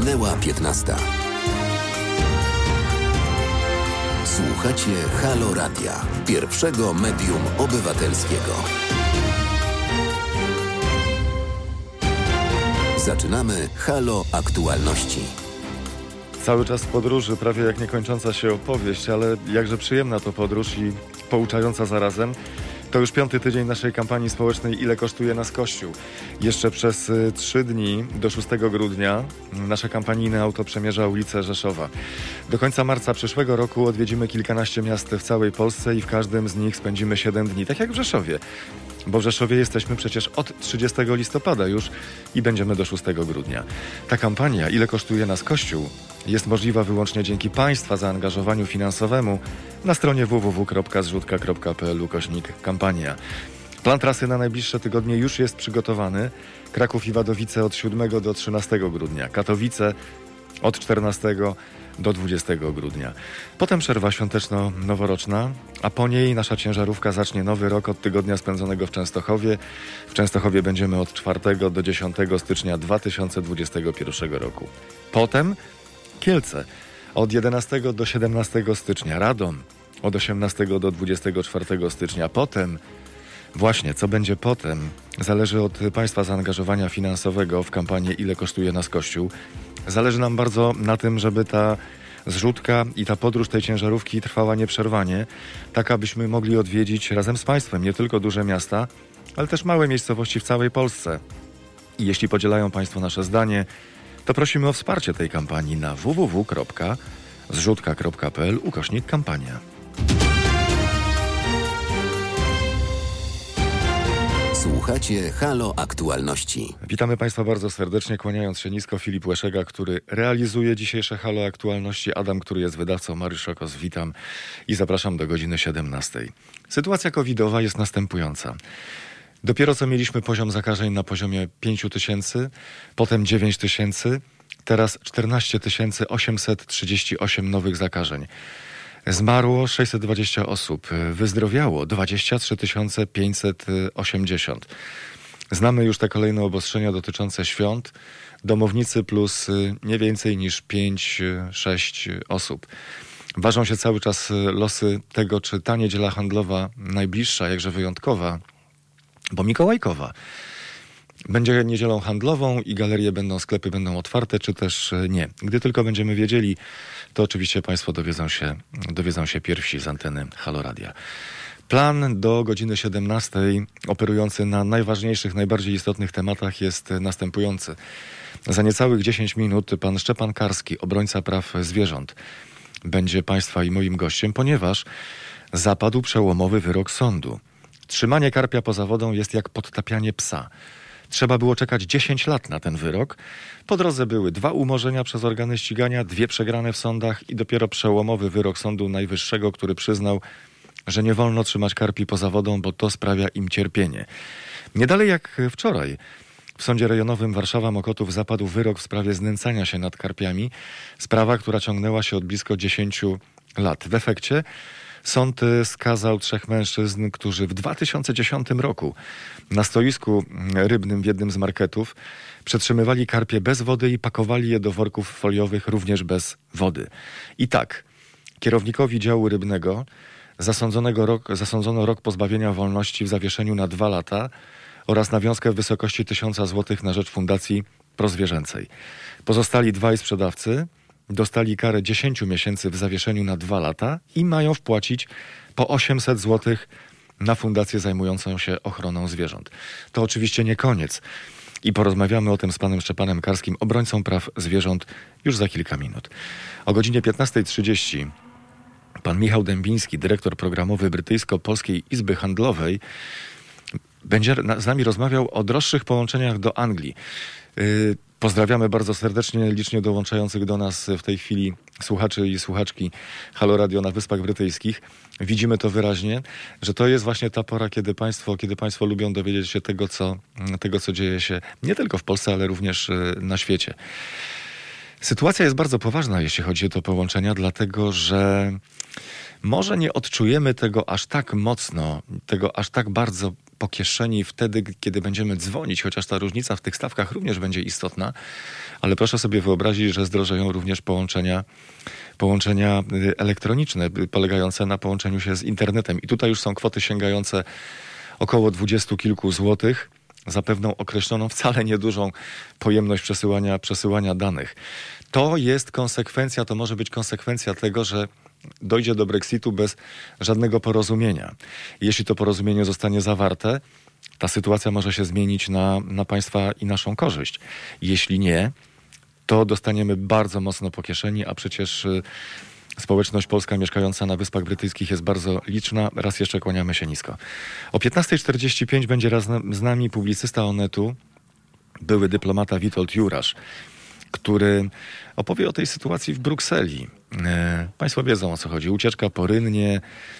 Minęła 15. Słuchacie Halo Radia, pierwszego medium obywatelskiego. Zaczynamy Halo Aktualności. Cały czas w podróży, prawie jak niekończąca się opowieść, ale jakże przyjemna to podróż i pouczająca zarazem. To już 5. tydzień naszej kampanii społecznej Ile kosztuje nas Kościół. Jeszcze przez 3 dni do 6 grudnia nasze kampanijne auto przemierza ulicę Rzeszowa. Do końca marca przyszłego roku odwiedzimy kilkanaście miast w całej Polsce i w każdym z nich spędzimy 7 dni, tak jak w Rzeszowie. Bo w Rzeszowie jesteśmy przecież od 30 listopada już i będziemy do 6 grudnia. Ta kampania Ile kosztuje nas Kościół jest możliwa wyłącznie dzięki Państwa zaangażowaniu finansowemu na stronie www.zrzutka.pl/kampania. Plan trasy na najbliższe tygodnie już jest przygotowany. Kraków i Wadowice od 7 do 13 grudnia. Katowice od 14 do 20 grudnia. Potem przerwa świąteczno-noworoczna, a po niej nasza ciężarówka zacznie nowy rok od tygodnia spędzonego w Częstochowie. W Częstochowie będziemy od 4 do 10 stycznia 2021 roku. Potem Kielce od 11 do 17 stycznia. Radom od 18 do 24 stycznia. Potem, właśnie co będzie potem, zależy od Państwa zaangażowania finansowego w kampanię Ile kosztuje nas Kościół. Zależy nam bardzo na tym, żeby ta zrzutka i ta podróż tej ciężarówki trwała nieprzerwanie, tak abyśmy mogli odwiedzić razem z Państwem nie tylko duże miasta, ale też małe miejscowości w całej Polsce. I jeśli podzielają Państwo nasze zdanie, to prosimy o wsparcie tej kampanii na www.zrzutka.pl/kampania. Słuchacie Halo Aktualności. Witamy Państwa bardzo serdecznie, kłaniając się nisko. Filip Łeszega, który realizuje dzisiejsze Halo Aktualności. Adam, który jest wydawcą. Mariusz Szokos, witam i zapraszam do godziny 17. Sytuacja covidowa jest następująca. Dopiero co mieliśmy poziom zakażeń na poziomie 5 tysięcy, potem 9 tysięcy, teraz 14 838 nowych zakażeń. Zmarło 620 osób, wyzdrowiało 23 580. Znamy już te kolejne obostrzenia dotyczące świąt. Domownicy plus nie więcej niż 5-6 osób. Ważą się cały czas losy tego, czy ta niedziela handlowa najbliższa, jakże wyjątkowa, bo mikołajkowa, będzie niedzielą handlową i galerie sklepy będą otwarte, czy też nie. Gdy tylko będziemy wiedzieli, to oczywiście Państwo dowiedzą się pierwsi z anteny Halo Radia. Plan do godziny 17, operujący na najważniejszych, najbardziej istotnych tematach, jest następujący. Za niecałych 10 minut pan Szczepan Karski, obrońca praw zwierząt, będzie Państwa i moim gościem, ponieważ zapadł przełomowy wyrok sądu. Trzymanie karpia poza wodą jest jak podtapianie psa. Trzeba było czekać 10 lat na ten wyrok. Po drodze były 2 umorzenia przez organy ścigania, 2 przegrane w sądach i dopiero przełomowy wyrok Sądu Najwyższego, który przyznał, że nie wolno trzymać karpi poza wodą, bo to sprawia im cierpienie. Nie dalej jak wczoraj w Sądzie Rejonowym Warszawa-Mokotów zapadł wyrok w sprawie znęcania się nad karpiami. Sprawa, która ciągnęła się od blisko 10 lat. W efekcie sąd skazał 3 mężczyzn, którzy w 2010 roku na stoisku rybnym w jednym z marketów przetrzymywali karpie bez wody i pakowali je do worków foliowych również bez wody. I tak, kierownikowi działu rybnego zasądzono rok pozbawienia wolności w zawieszeniu na 2 lata oraz nawiązkę w wysokości 1000 zł na rzecz Fundacji Prozwierzęcej. Pozostali 2 sprzedawcy dostali karę 10 miesięcy w zawieszeniu na 2 lata i mają wpłacić po 800 zł na fundację zajmującą się ochroną zwierząt. To oczywiście nie koniec. I porozmawiamy o tym z panem Szczepanem Karskim, obrońcą praw zwierząt, już za kilka minut. O godzinie 15:30 pan Michał Dębiński, dyrektor programowy Brytyjsko-Polskiej Izby Handlowej, będzie z nami rozmawiał o droższych połączeniach do Anglii. Pozdrawiamy bardzo serdecznie licznie dołączających do nas w tej chwili słuchaczy i słuchaczki Halo Radio na Wyspach Brytyjskich. Widzimy to wyraźnie, że to jest właśnie ta pora, kiedy państwo lubią dowiedzieć się tego, co dzieje się nie tylko w Polsce, ale również na świecie. Sytuacja jest bardzo poważna, jeśli chodzi o te połączenia, dlatego że może nie odczujemy tego aż tak mocno, tego aż tak bardzo po kieszeni wtedy, kiedy będziemy dzwonić, chociaż ta różnica w tych stawkach również będzie istotna, ale proszę sobie wyobrazić, że zdrożeją również połączenia elektroniczne, polegające na połączeniu się z internetem. I tutaj już są kwoty sięgające około 20 kilku złotych za pewną określoną, wcale niedużą pojemność przesyłania danych. To jest konsekwencja, to może być konsekwencja tego, że dojdzie do Brexitu bez żadnego porozumienia. Jeśli to porozumienie zostanie zawarte, ta sytuacja może się zmienić na państwa i naszą korzyść. Jeśli nie, to dostaniemy bardzo mocno po kieszeni, a przecież społeczność polska mieszkająca na Wyspach Brytyjskich jest bardzo liczna. Raz jeszcze kłaniamy się nisko. O 15:45 będzie raz z nami publicysta Onetu, były dyplomata Witold Jurasz, który opowie o tej sytuacji w Brukseli. Państwo wiedzą, o co chodzi. Ucieczka po Rynnie,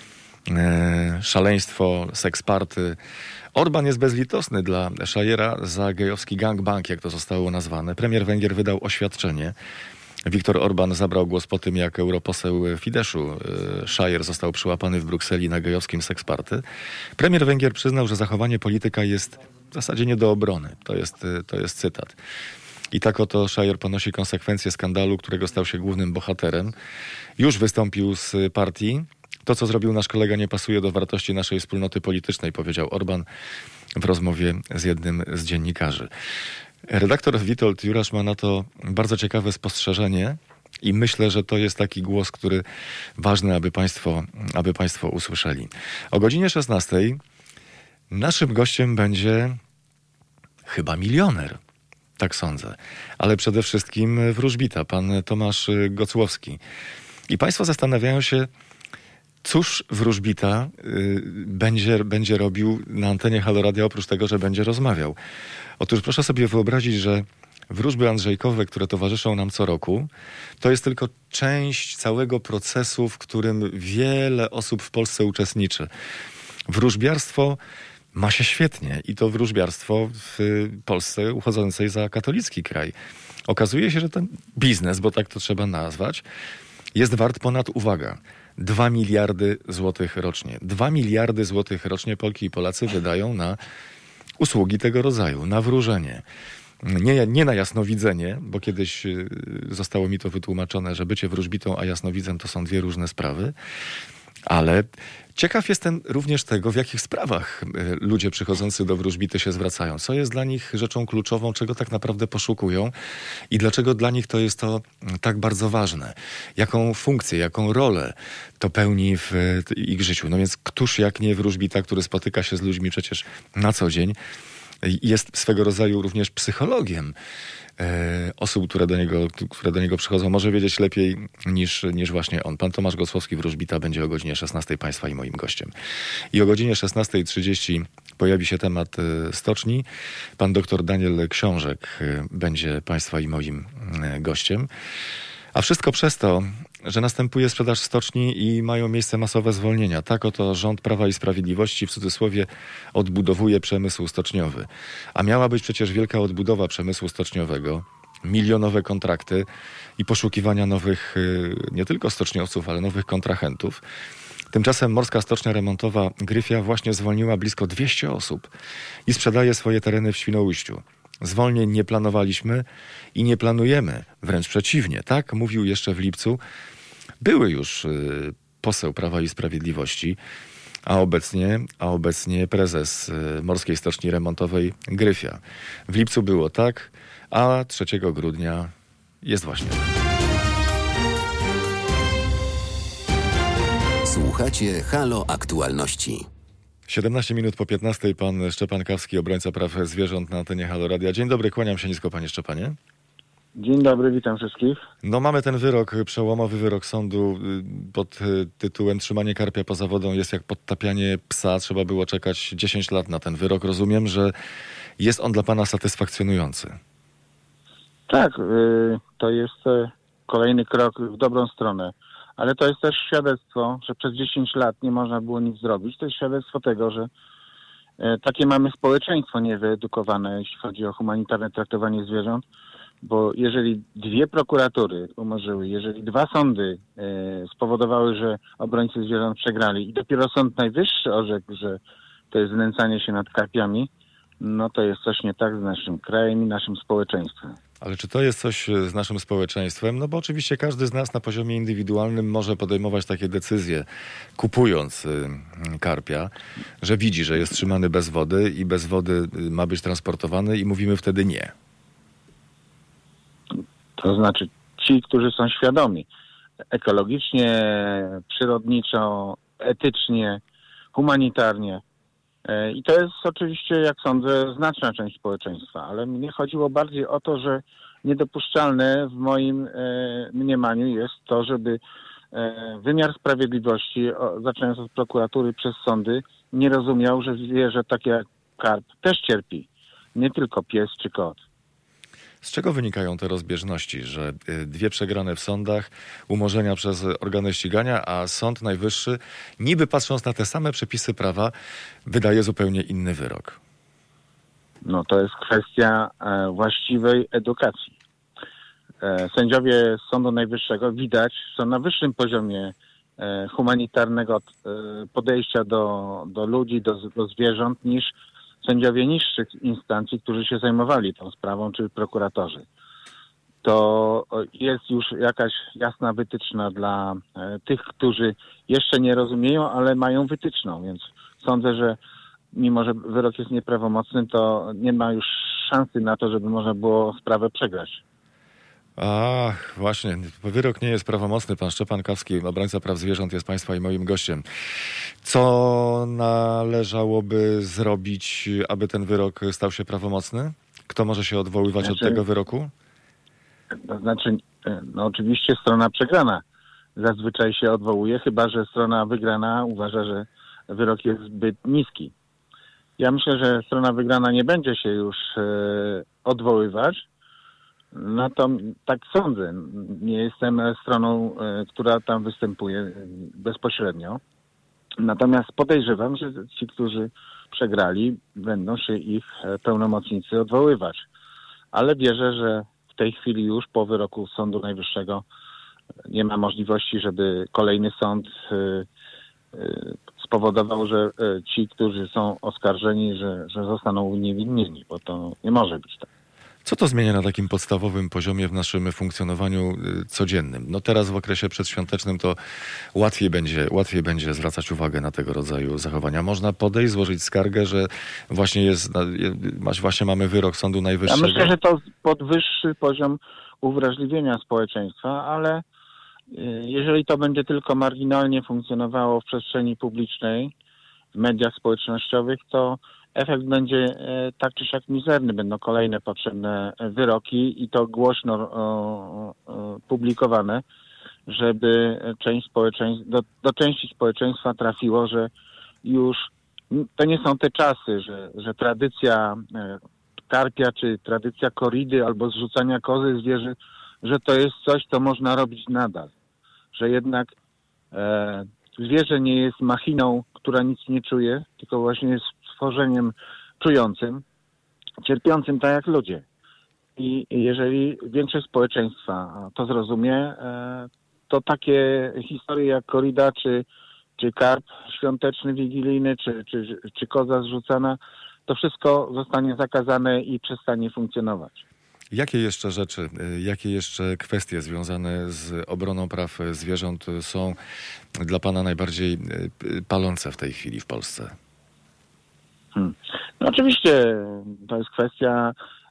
szaleństwo, seksparty. Orban jest bezlitosny dla Szajera za gejowski gangbang, jak to zostało nazwane. Premier Węgier wydał oświadczenie. Viktor Orban zabrał głos po tym, jak europoseł Fideszu Szajer został przyłapany w Brukseli na gejowskim seksparty. Premier Węgier przyznał, że zachowanie polityka jest w zasadzie nie do obrony. To jest cytat. I tak oto Szajer ponosi konsekwencje skandalu, którego stał się głównym bohaterem. Już wystąpił z partii. To, co zrobił nasz kolega, nie pasuje do wartości naszej wspólnoty politycznej, powiedział Orban w rozmowie z jednym z dziennikarzy. Redaktor Witold Jurasz ma na to bardzo ciekawe spostrzeżenie i myślę, że to jest taki głos, który ważny, aby państwo usłyszeli. O godzinie 16 naszym gościem będzie chyba milioner. Tak sądzę. Ale przede wszystkim wróżbita, pan Tomasz Gocłowski. I państwo zastanawiają się, cóż wróżbita będzie robił na antenie Halo Radia, oprócz tego, że będzie rozmawiał. Otóż proszę sobie wyobrazić, że wróżby andrzejkowe, które towarzyszą nam co roku, to jest tylko część całego procesu, w którym wiele osób w Polsce uczestniczy. Wróżbiarstwo ma się świetnie i to wróżbiarstwo w Polsce uchodzącej za katolicki kraj. Okazuje się, że ten biznes, bo tak to trzeba nazwać, jest wart ponad, uwaga, 2 miliardy złotych rocznie. 2 miliardy złotych rocznie Polki i Polacy wydają na usługi tego rodzaju, na wróżenie. Nie na jasnowidzenie, bo kiedyś zostało mi to wytłumaczone, że bycie wróżbitą a jasnowidzem to są dwie różne sprawy, ale ciekaw jestem również tego, w jakich sprawach ludzie przychodzący do wróżbity się zwracają. Co jest dla nich rzeczą kluczową, czego tak naprawdę poszukują i dlaczego dla nich to jest to tak bardzo ważne. Jaką funkcję, jaką rolę to pełni w ich życiu. No więc któż jak nie wróżbita, który spotyka się z ludźmi przecież na co dzień, jest swego rodzaju również psychologiem osób, które do niego przychodzą, może wiedzieć lepiej niż właśnie on. Pan Tomasz Gocłowski, wróżbita, będzie o godzinie 16 państwa i moim gościem. I o godzinie 16:30 pojawi się temat stoczni. Pan doktor Daniel Książek będzie państwa i moim gościem. A wszystko przez to, że następuje sprzedaż stoczni i mają miejsce masowe zwolnienia. Tak oto rząd Prawa i Sprawiedliwości, w cudzysłowie, odbudowuje przemysł stoczniowy. A miała być przecież wielka odbudowa przemysłu stoczniowego, milionowe kontrakty i poszukiwania nowych, nie tylko stoczniowców, ale nowych kontrahentów. Tymczasem Morska Stocznia Remontowa Gryfia właśnie zwolniła blisko 200 osób i sprzedaje swoje tereny w Świnoujściu. Zwolnień nie planowaliśmy i nie planujemy, wręcz przeciwnie. Tak mówił jeszcze w lipcu były już poseł Prawa i Sprawiedliwości, a obecnie prezes Morskiej Stoczni Remontowej Gryfia. W lipcu było tak, a 3 grudnia jest właśnie tak. Słuchacie Halo Aktualności. 17 minut po 15 pan Szczepan Kawski, obrońca praw zwierząt na antenie Halo Radia. Dzień dobry, kłaniam się nisko, panie Szczepanie. Dzień dobry, witam wszystkich. No mamy ten wyrok, przełomowy wyrok sądu pod tytułem trzymanie karpia poza wodą jest jak podtapianie psa. Trzeba było czekać 10 lat na ten wyrok. Rozumiem, że jest on dla pana satysfakcjonujący. Tak, to jest kolejny krok w dobrą stronę. Ale to jest też świadectwo, że przez 10 lat nie można było nic zrobić. To jest świadectwo tego, że takie mamy społeczeństwo niewyedukowane, jeśli chodzi o humanitarne traktowanie zwierząt. Bo jeżeli 2 prokuratury umorzyły, jeżeli 2 sądy spowodowały, że obrońcy zwierząt przegrali i dopiero Sąd Najwyższy orzekł, że to jest znęcanie się nad karpiami, no to jest coś nie tak z naszym krajem i naszym społeczeństwem. Ale czy to jest coś z naszym społeczeństwem? No bo oczywiście każdy z nas na poziomie indywidualnym może podejmować takie decyzje, kupując karpia, że widzi, że jest trzymany bez wody i bez wody ma być transportowany i mówimy wtedy nie. To znaczy ci, którzy są świadomi ekologicznie, przyrodniczo, etycznie, humanitarnie. I to jest oczywiście, jak sądzę, znaczna część społeczeństwa, ale mnie chodziło bardziej o to, że niedopuszczalne w moim mniemaniu jest to, żeby wymiar sprawiedliwości, zaczynając od prokuratury przez sądy, nie rozumiał, że zwierzę takie jak karp też cierpi. Nie tylko pies czy kot. Z czego wynikają te rozbieżności, że dwie przegrane w sądach, umorzenia przez organy ścigania, a Sąd Najwyższy, niby patrząc na te same przepisy prawa, wydaje zupełnie inny wyrok? No to jest kwestia właściwej edukacji. Sędziowie Sądu Najwyższego widać są na wyższym poziomie humanitarnego podejścia do ludzi, do zwierząt niż sędziowie niższych instancji, którzy się zajmowali tą sprawą, czy prokuratorzy. To jest już jakaś jasna wytyczna dla tych, którzy jeszcze nie rozumieją, ale mają wytyczną, więc sądzę, że mimo, że wyrok jest nieprawomocny, to nie ma już szansy na to, żeby można było sprawę przegrać. Ach, właśnie, wyrok nie jest prawomocny. Pan Szczepan Kawski, obrońca praw zwierząt, jest Państwa i moim gościem. Co należałoby zrobić, aby ten wyrok stał się prawomocny? Kto może się odwoływać od tego wyroku? To znaczy, no oczywiście strona przegrana zazwyczaj się odwołuje, chyba że strona wygrana uważa, że wyrok jest zbyt niski. Ja myślę, że strona wygrana nie będzie się już odwoływać. No to tak sądzę. Nie jestem stroną, która tam występuje bezpośrednio. Natomiast podejrzewam, że ci, którzy przegrali, będą się ich pełnomocnicy odwoływać. Ale wierzę, że w tej chwili już po wyroku Sądu Najwyższego nie ma możliwości, żeby kolejny sąd spowodował, że ci, którzy są oskarżeni, że zostaną uniewinnieni, bo to nie może być tak. Co to zmienia na takim podstawowym poziomie w naszym funkcjonowaniu codziennym? No teraz w okresie przedświątecznym to łatwiej będzie zwracać uwagę na tego rodzaju zachowania. Można podejść, złożyć skargę, że właśnie mamy wyrok Sądu Najwyższego. Ja myślę, że to podwyższy poziom uwrażliwienia społeczeństwa, ale jeżeli to będzie tylko marginalnie funkcjonowało w przestrzeni publicznej, w mediach społecznościowych, to efekt będzie tak czy siak mizerny. Będą kolejne potrzebne wyroki i to głośno publikowane, żeby do części społeczeństwa trafiło, że już to nie są te czasy, że tradycja karpia, czy tradycja koridy albo zrzucania kozy zwierzy, że to jest coś, co można robić nadal. Że jednak zwierzę nie jest machiną, która nic nie czuje, tylko właśnie jest stworzeniem czującym, cierpiącym tak jak ludzie. I jeżeli większość społeczeństwa to zrozumie, to takie historie jak korida, czy karp świąteczny, wigilijny, czy koza zrzucana, to wszystko zostanie zakazane i przestanie funkcjonować. Jakie jeszcze kwestie związane z obroną praw zwierząt są dla Pana najbardziej palące w tej chwili w Polsce? No oczywiście to jest kwestia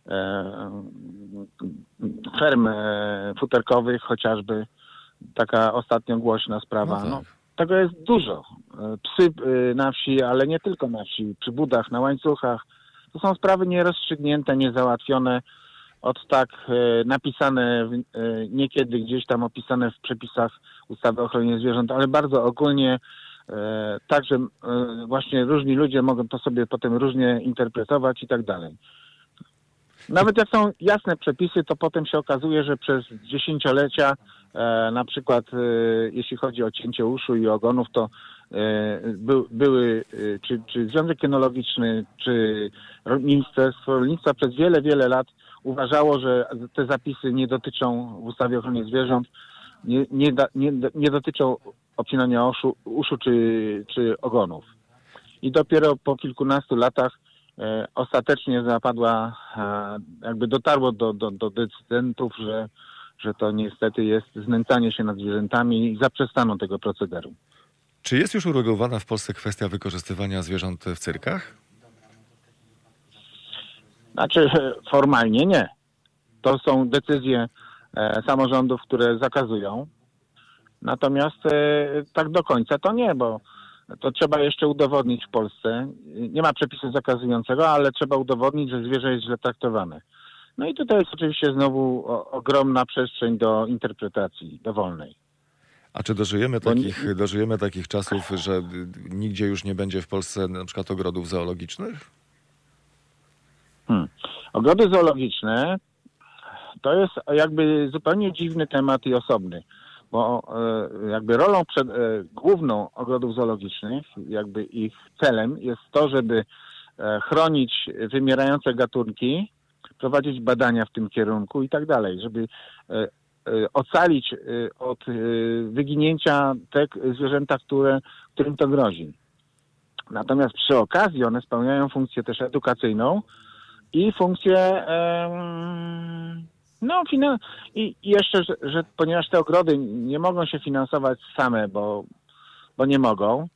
ferm futerkowych, chociażby taka ostatnio głośna sprawa. No tak. Tego jest dużo. Psy na wsi, ale nie tylko na wsi, przy budach, na łańcuchach. To są sprawy nierozstrzygnięte, niezałatwione, od tak napisane niekiedy gdzieś tam opisane w przepisach ustawy o ochronie zwierząt, ale bardzo ogólnie, tak, że właśnie różni ludzie mogą to sobie potem różnie interpretować i tak dalej. Nawet jak są jasne przepisy, to potem się okazuje, że przez dziesięciolecia, na przykład jeśli chodzi o cięcie uszu i ogonów, to były, czy Związek Kynologiczny, czy Ministerstwo Rolnictwa przez wiele, wiele lat uważało, że te zapisy nie dotyczą w ustawie o ochronie zwierząt, nie dotyczą obcinania uszu czy ogonów. i dopiero po kilkunastu latach ostatecznie dotarło do decydentów, że to niestety jest znęcanie się nad zwierzętami i zaprzestano tego procederu. Czy jest już uregulowana w Polsce kwestia wykorzystywania zwierząt w cyrkach? Znaczy formalnie nie. To są decyzje samorządów, które zakazują. Natomiast tak do końca to nie, bo to trzeba jeszcze udowodnić w Polsce. Nie ma przepisu zakazującego, ale trzeba udowodnić, że zwierzę jest źle traktowane. No i tutaj jest oczywiście znowu ogromna przestrzeń do interpretacji dowolnej. A czy dożyjemy takich czasów, że nigdzie już nie będzie w Polsce na przykład ogrodów zoologicznych? Ogrody zoologiczne to jest jakby zupełnie dziwny temat i osobny, bo jakby rolą główną ogrodów zoologicznych, jakby ich celem jest to, żeby chronić wymierające gatunki, prowadzić badania w tym kierunku i tak dalej, żeby ocalić od wyginięcia te zwierzęta, którym to grozi. Natomiast przy okazji one spełniają funkcję też edukacyjną i funkcję i jeszcze, że ponieważ te ogrody nie mogą się finansować same, bo nie mogą,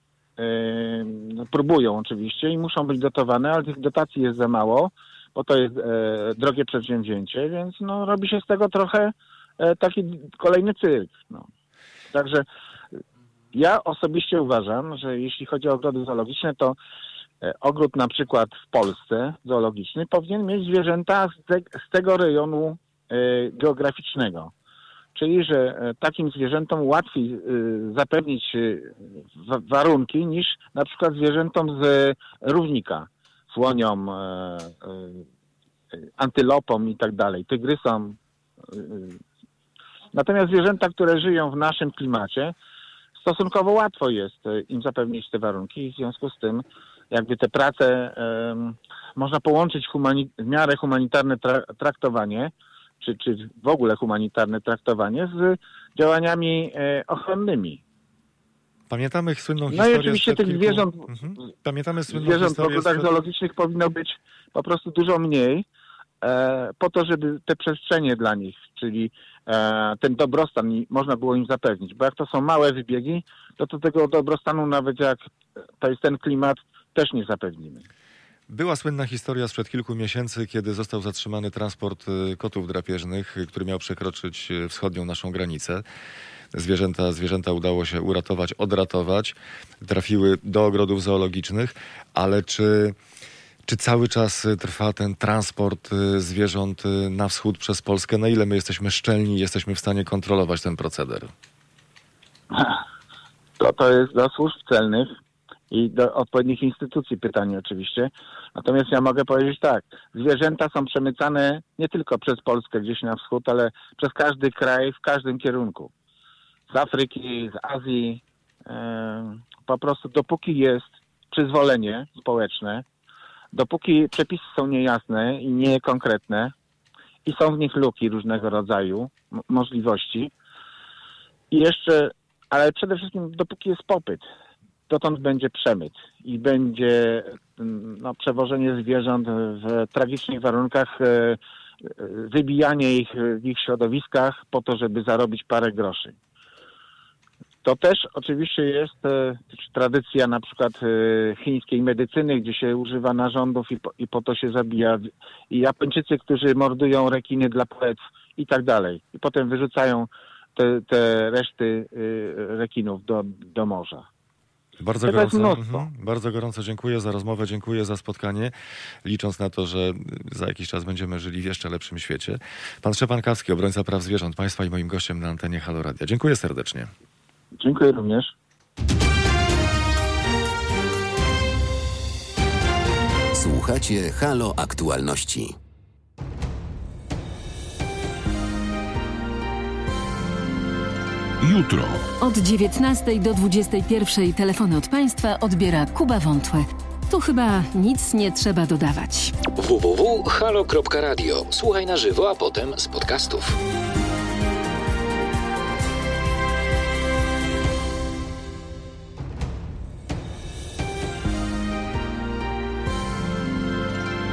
próbują oczywiście i muszą być dotowane, ale tych dotacji jest za mało, bo to jest drogie przedsięwzięcie, więc robi się z tego trochę taki kolejny cyrk. Także ja osobiście uważam, że jeśli chodzi o ogrody zoologiczne, to ogród na przykład w Polsce zoologiczny powinien mieć zwierzęta z tego rejonu geograficznego. Czyli, że takim zwierzętom łatwiej zapewnić warunki niż na przykład zwierzętom z równika, słoniom, antylopom i tak dalej, tygrysom. Natomiast zwierzęta, które żyją w naszym klimacie, stosunkowo łatwo jest im zapewnić te warunki i w związku z tym jakby te prace można połączyć w miarę humanitarne traktowanie, czy w ogóle humanitarne traktowanie z działaniami ochronnymi. Pamiętamy słynną historię. No i oczywiście tych zwierząt, Pamiętamy słynną zwierząt w ogrodach zoologicznych powinno być po prostu dużo mniej, po to, żeby te przestrzenie dla nich, czyli ten dobrostan można było im zapewnić. Bo jak to są małe wybiegi, to tego dobrostanu nawet jak to jest ten klimat, też nie zapewnimy. Była słynna historia sprzed kilku miesięcy, kiedy został zatrzymany transport kotów drapieżnych, który miał przekroczyć wschodnią naszą granicę. Zwierzęta udało się uratować, odratować, trafiły do ogrodów zoologicznych, ale czy cały czas trwa ten transport zwierząt na wschód przez Polskę? Na ile my jesteśmy szczelni, jesteśmy w stanie kontrolować ten proceder? To jest do służb celnych i do odpowiednich instytucji pytanie oczywiście. Natomiast ja mogę powiedzieć tak, zwierzęta są przemycane nie tylko przez Polskę gdzieś na wschód, ale przez każdy kraj w każdym kierunku. Z Afryki, z Azji. Po prostu dopóki jest przyzwolenie społeczne, dopóki przepisy są niejasne i niekonkretne i są w nich luki różnego rodzaju, możliwości i jeszcze, ale przede wszystkim dopóki jest popyt, dotąd będzie przemyt i będzie przewożenie zwierząt w tragicznych warunkach, wybijanie ich w ich środowiskach po to, żeby zarobić parę groszy. To też oczywiście jest tradycja na przykład chińskiej medycyny, gdzie się używa narządów i po to się zabija. I Japończycy, którzy mordują rekiny dla płetw i tak dalej. I potem wyrzucają te reszty rekinów do morza. Bardzo gorąco dziękuję za rozmowę, dziękuję za spotkanie, licząc na to, że za jakiś czas będziemy żyli w jeszcze lepszym świecie. Pan Szczepan Kawski, obrońca praw zwierząt państwa i moim gościem na antenie Halo Radia. Dziękuję serdecznie. Dziękuję również. Słuchacie Halo Aktualności. Jutro. Od 19 do 21 telefony od państwa odbiera Kuba Wątłe. Tu chyba nic nie trzeba dodawać. www.halo.radio. Słuchaj na żywo, a potem z podcastów.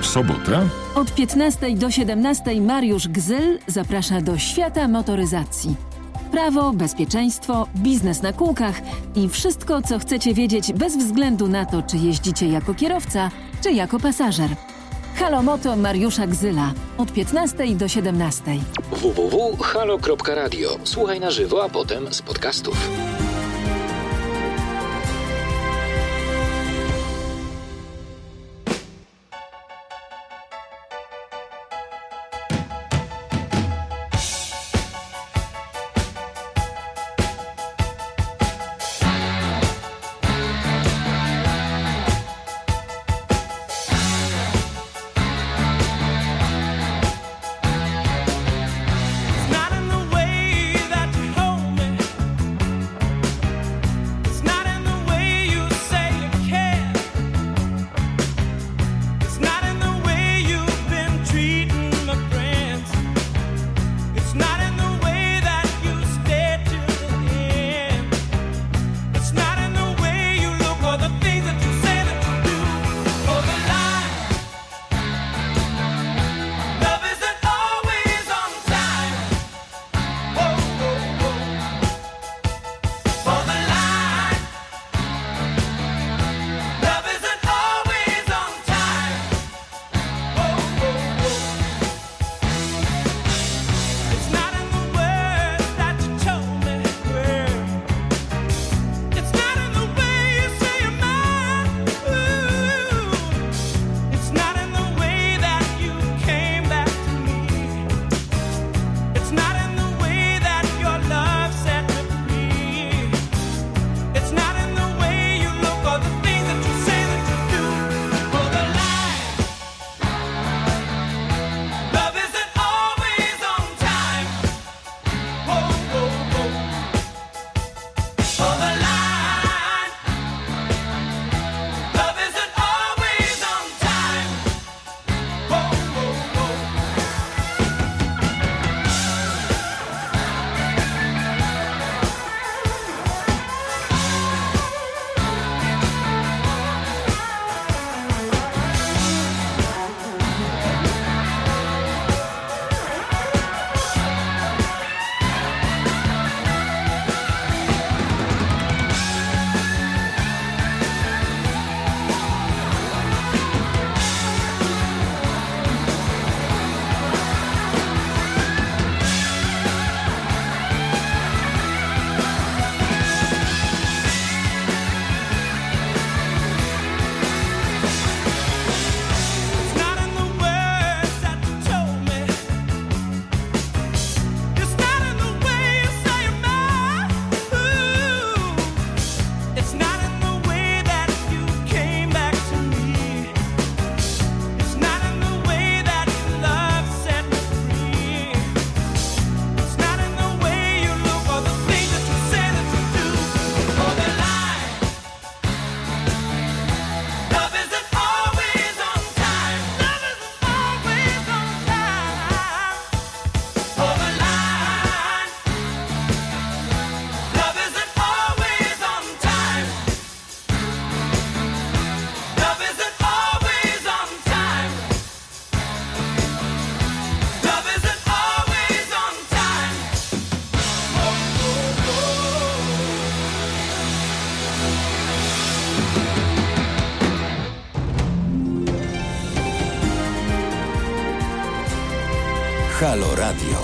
W sobotę? Od 15 do 17 Mariusz Gzyl zaprasza do świata motoryzacji. Prawo, bezpieczeństwo, biznes na kółkach i wszystko, co chcecie wiedzieć bez względu na to, czy jeździcie jako kierowca, czy jako pasażer. Halo Moto Mariusza Gzyla. Od 15 do 17. www.halo.radio. Słuchaj na żywo, a potem z podcastów. Halo Radio.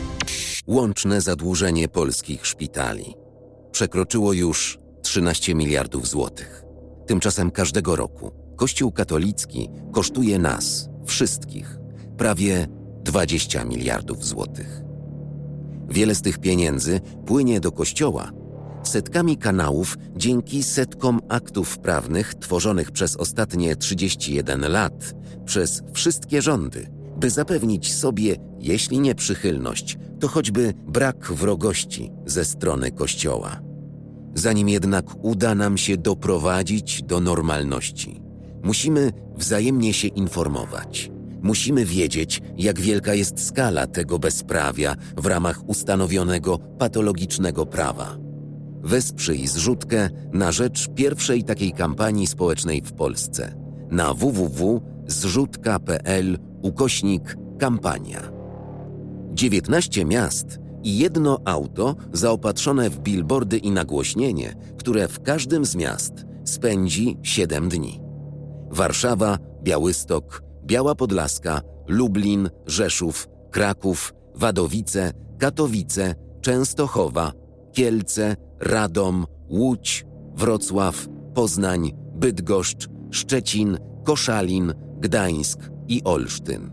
Łączne zadłużenie polskich szpitali przekroczyło już 13 miliardów złotych. Tymczasem każdego roku Kościół katolicki kosztuje nas, wszystkich, prawie 20 miliardów złotych. Wiele z tych pieniędzy płynie do Kościoła setkami kanałów dzięki setkom aktów prawnych tworzonych przez ostatnie 31 lat przez wszystkie rządy, by zapewnić sobie, jeśli nie przychylność, to choćby brak wrogości ze strony Kościoła. Zanim jednak uda nam się doprowadzić do normalności, musimy wzajemnie się informować. Musimy wiedzieć, jak wielka jest skala tego bezprawia w ramach ustanowionego patologicznego prawa. Wesprzyj zrzutkę na rzecz pierwszej takiej kampanii społecznej w Polsce na www.zrzutka.pl. zrzutka.pl/kampania. 19 miast i jedno auto zaopatrzone w billboardy i nagłośnienie, które w każdym z miast spędzi 7 dni. Warszawa, Białystok, Biała Podlaska, Lublin, Rzeszów, Kraków, Wadowice, Katowice, Częstochowa, Kielce, Radom, Łódź, Wrocław, Poznań, Bydgoszcz, Szczecin, Koszalin, Gdańsk i Olsztyn.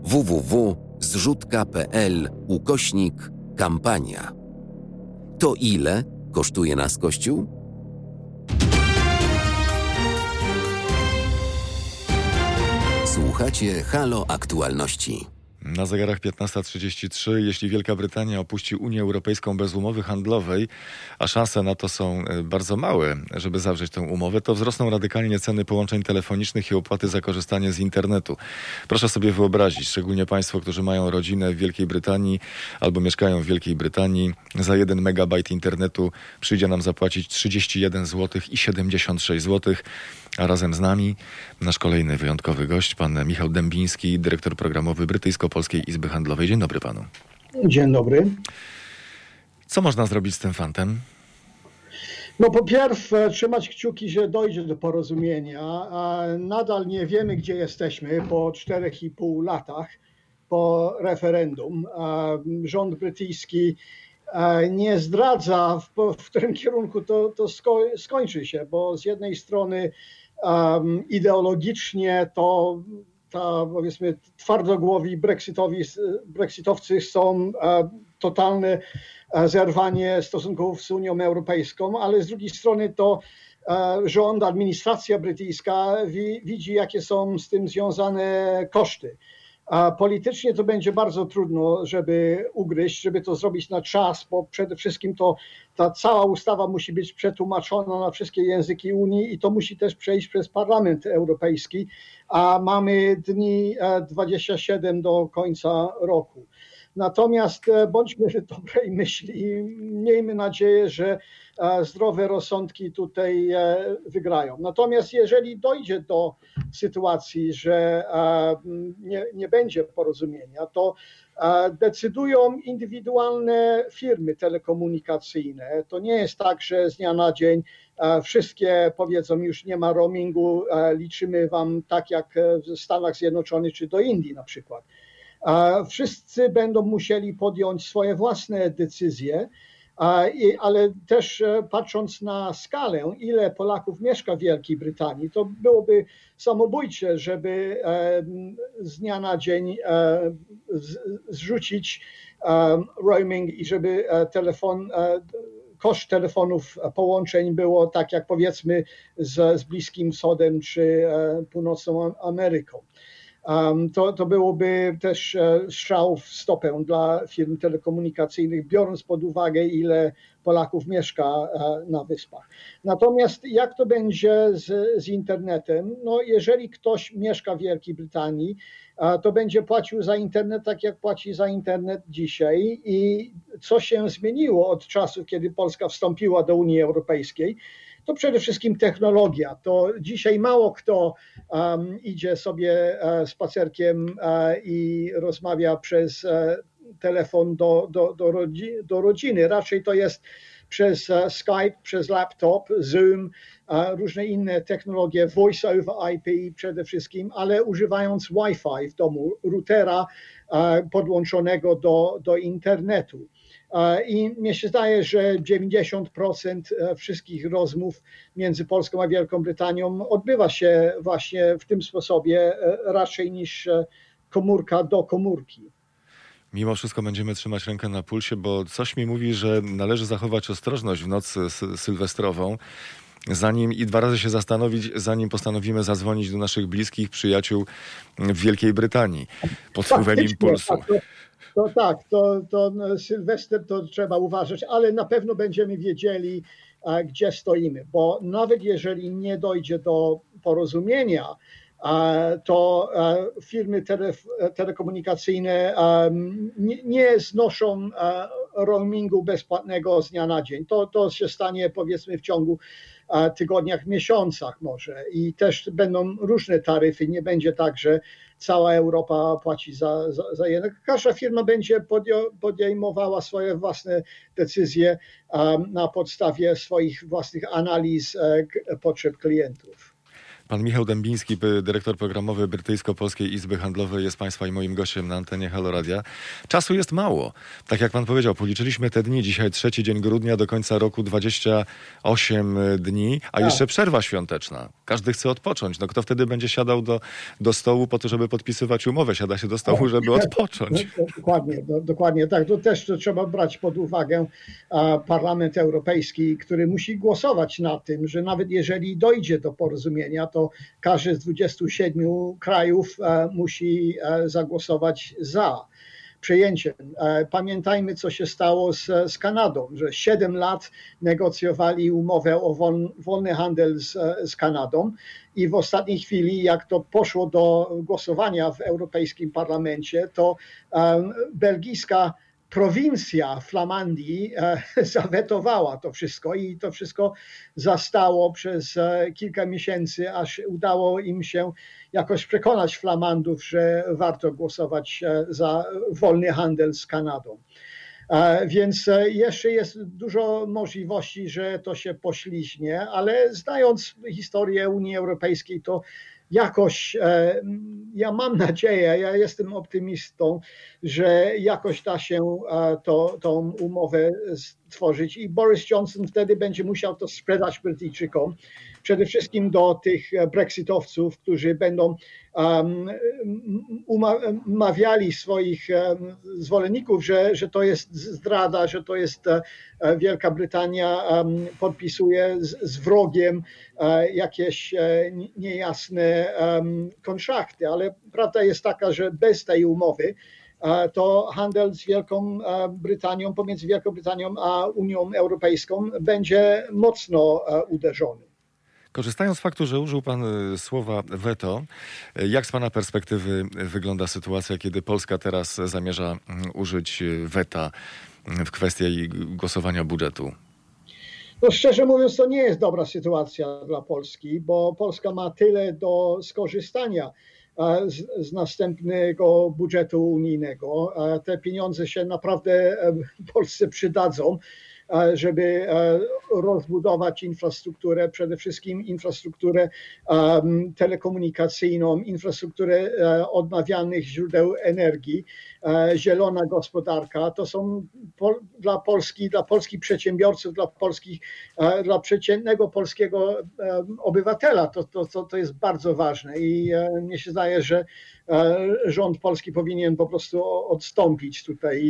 www.zrzutka.pl/kampania. To ile kosztuje nas Kościół? Słuchacie Halo Aktualności. Na zegarach 15:33. Jeśli Wielka Brytania opuści Unię Europejską bez umowy handlowej, a szanse na to są bardzo małe, żeby zawrzeć tę umowę, to wzrosną radykalnie ceny połączeń telefonicznych i opłaty za korzystanie z internetu. Proszę sobie wyobrazić, szczególnie Państwo, którzy mają rodzinę w Wielkiej Brytanii albo mieszkają w Wielkiej Brytanii, za 1 megabajt internetu przyjdzie nam zapłacić 31 zł i 76 zł. A razem z nami nasz kolejny wyjątkowy gość, pan Michał Dębiński, dyrektor programowy Brytyjsko-Polskiej Izby Handlowej. Dzień dobry panu. Dzień dobry. Co można zrobić z tym fantem? No po pierwsze trzymać kciuki, że dojdzie do porozumienia. Nadal nie wiemy, gdzie jesteśmy po 4,5 latach po referendum. Rząd brytyjski nie zdradza, w którym kierunku to skończy się, bo z jednej strony ideologicznie to powiedzmy twardogłowi brexitowcy są totalne zerwanie stosunków z Unią Europejską, ale z drugiej strony to rząd, administracja brytyjska widzi, jakie są z tym związane koszty. Politycznie to będzie bardzo trudno, żeby ugryźć, żeby to zrobić na czas, bo przede wszystkim ta cała ustawa musi być przetłumaczona na wszystkie języki Unii i to musi też przejść przez Parlament Europejski, a mamy dni 27 do końca roku. Natomiast bądźmy dobrej myśli i miejmy nadzieję, że zdrowe rozsądki tutaj wygrają. Natomiast jeżeli dojdzie do sytuacji, że nie będzie porozumienia, to decydują indywidualne firmy telekomunikacyjne. To nie jest tak, że z dnia na dzień wszystkie powiedzą, już nie ma roamingu, liczymy wam tak jak w Stanach Zjednoczonych czy do Indii na przykład. Wszyscy będą musieli podjąć swoje własne decyzje, ale też patrząc na skalę, ile Polaków mieszka w Wielkiej Brytanii, to byłoby samobójcze, żeby z dnia na dzień zrzucić roaming i żeby koszt telefonów, połączeń było tak jak powiedzmy z Bliskim Wschodem czy Północną Ameryką. To byłoby też strzał w stopę dla firm telekomunikacyjnych, biorąc pod uwagę, ile Polaków mieszka na wyspach. Natomiast jak to będzie z internetem? No, jeżeli ktoś mieszka w Wielkiej Brytanii, to będzie płacił za internet tak, jak płaci za internet dzisiaj. I co się zmieniło od czasu, kiedy Polska wstąpiła do Unii Europejskiej? To przede wszystkim technologia. To dzisiaj mało kto idzie sobie spacerkiem i rozmawia przez telefon do rodziny. Raczej to jest przez Skype, przez laptop, Zoom, różne inne technologie, voice over IP przede wszystkim, ale używając Wi-Fi w domu, routera podłączonego do internetu. I mnie się zdaje, że 90% wszystkich rozmów między Polską a Wielką Brytanią odbywa się właśnie w tym sposobie, raczej niż komórka do komórki. Mimo wszystko będziemy trzymać rękę na pulsie, bo coś mi mówi, że należy zachować ostrożność w noc sylwestrową, i 2 razy się zastanowić, zanim postanowimy zadzwonić do naszych bliskich przyjaciół w Wielkiej Brytanii pod wpływem impulsu. To Sylwester to trzeba uważać, ale na pewno będziemy wiedzieli, gdzie stoimy, bo nawet jeżeli nie dojdzie do porozumienia, to firmy telekomunikacyjne nie znoszą roamingu bezpłatnego z dnia na dzień. To się stanie powiedzmy w ciągu tygodniach, miesiącach może i też będą różne taryfy. Nie będzie tak, że cała Europa płaci za jedno. Każda firma będzie podejmowała swoje własne decyzje na podstawie swoich własnych analiz potrzeb klientów. Pan Michał Dębiński, dyrektor programowy Brytyjsko-Polskiej Izby Handlowej, jest Państwa i moim gościem na antenie Halo Radia. Czasu jest mało. Tak jak Pan powiedział, policzyliśmy te dni. Dzisiaj 3 dzień grudnia, do końca roku 28 dni, a jeszcze przerwa świąteczna. Każdy chce odpocząć. No kto wtedy będzie siadał do stołu po to, żeby podpisywać umowę? Siada się do stołu, żeby odpocząć. Dokładnie tak. To też trzeba brać pod uwagę Parlament Europejski, który musi głosować na tym, że nawet jeżeli dojdzie do porozumienia, to każdy z 27 krajów musi zagłosować za przejęciem. Pamiętajmy, co się stało z Kanadą, że 7 lat negocjowali umowę o wolny handel z Kanadą i w ostatniej chwili, jak to poszło do głosowania w Europejskim Parlamencie, to belgijska prowincja Flamandii zawetowała to wszystko i to wszystko zastało przez kilka miesięcy, aż udało im się jakoś przekonać Flamandów, że warto głosować za wolny handel z Kanadą. Więc jeszcze jest dużo możliwości, że to się pośliźnie, ale znając historię Unii Europejskiej, to jakoś, ja mam nadzieję, ja jestem optymistą, że jakoś da się tą umowę stworzyć i Boris Johnson wtedy będzie musiał to sprzedać Brytyjczykom, przede wszystkim do tych brexitowców, którzy będą umawiali swoich zwolenników, że to jest zdrada, że to jest Wielka Brytania podpisuje z wrogiem jakieś niejasne kontrakty, ale prawda jest taka, że bez tej umowy to handel z Wielką Brytanią, pomiędzy Wielką Brytanią a Unią Europejską będzie mocno uderzony. Korzystając z faktu, że użył Pan słowa weto, jak z Pana perspektywy wygląda sytuacja, kiedy Polska teraz zamierza użyć weta w kwestii głosowania budżetu? No szczerze mówiąc, to nie jest dobra sytuacja dla Polski, bo Polska ma tyle do skorzystania z następnego budżetu unijnego. Te pieniądze się naprawdę Polsce przydadzą, żeby rozbudować infrastrukturę, przede wszystkim infrastrukturę telekomunikacyjną, infrastrukturę odnawialnych źródeł energii, zielona gospodarka. To są dla Polski, dla polskich przedsiębiorców, dla przeciętnego polskiego obywatela. To jest bardzo ważne i mnie się zdaje, że rząd polski powinien po prostu odstąpić tutaj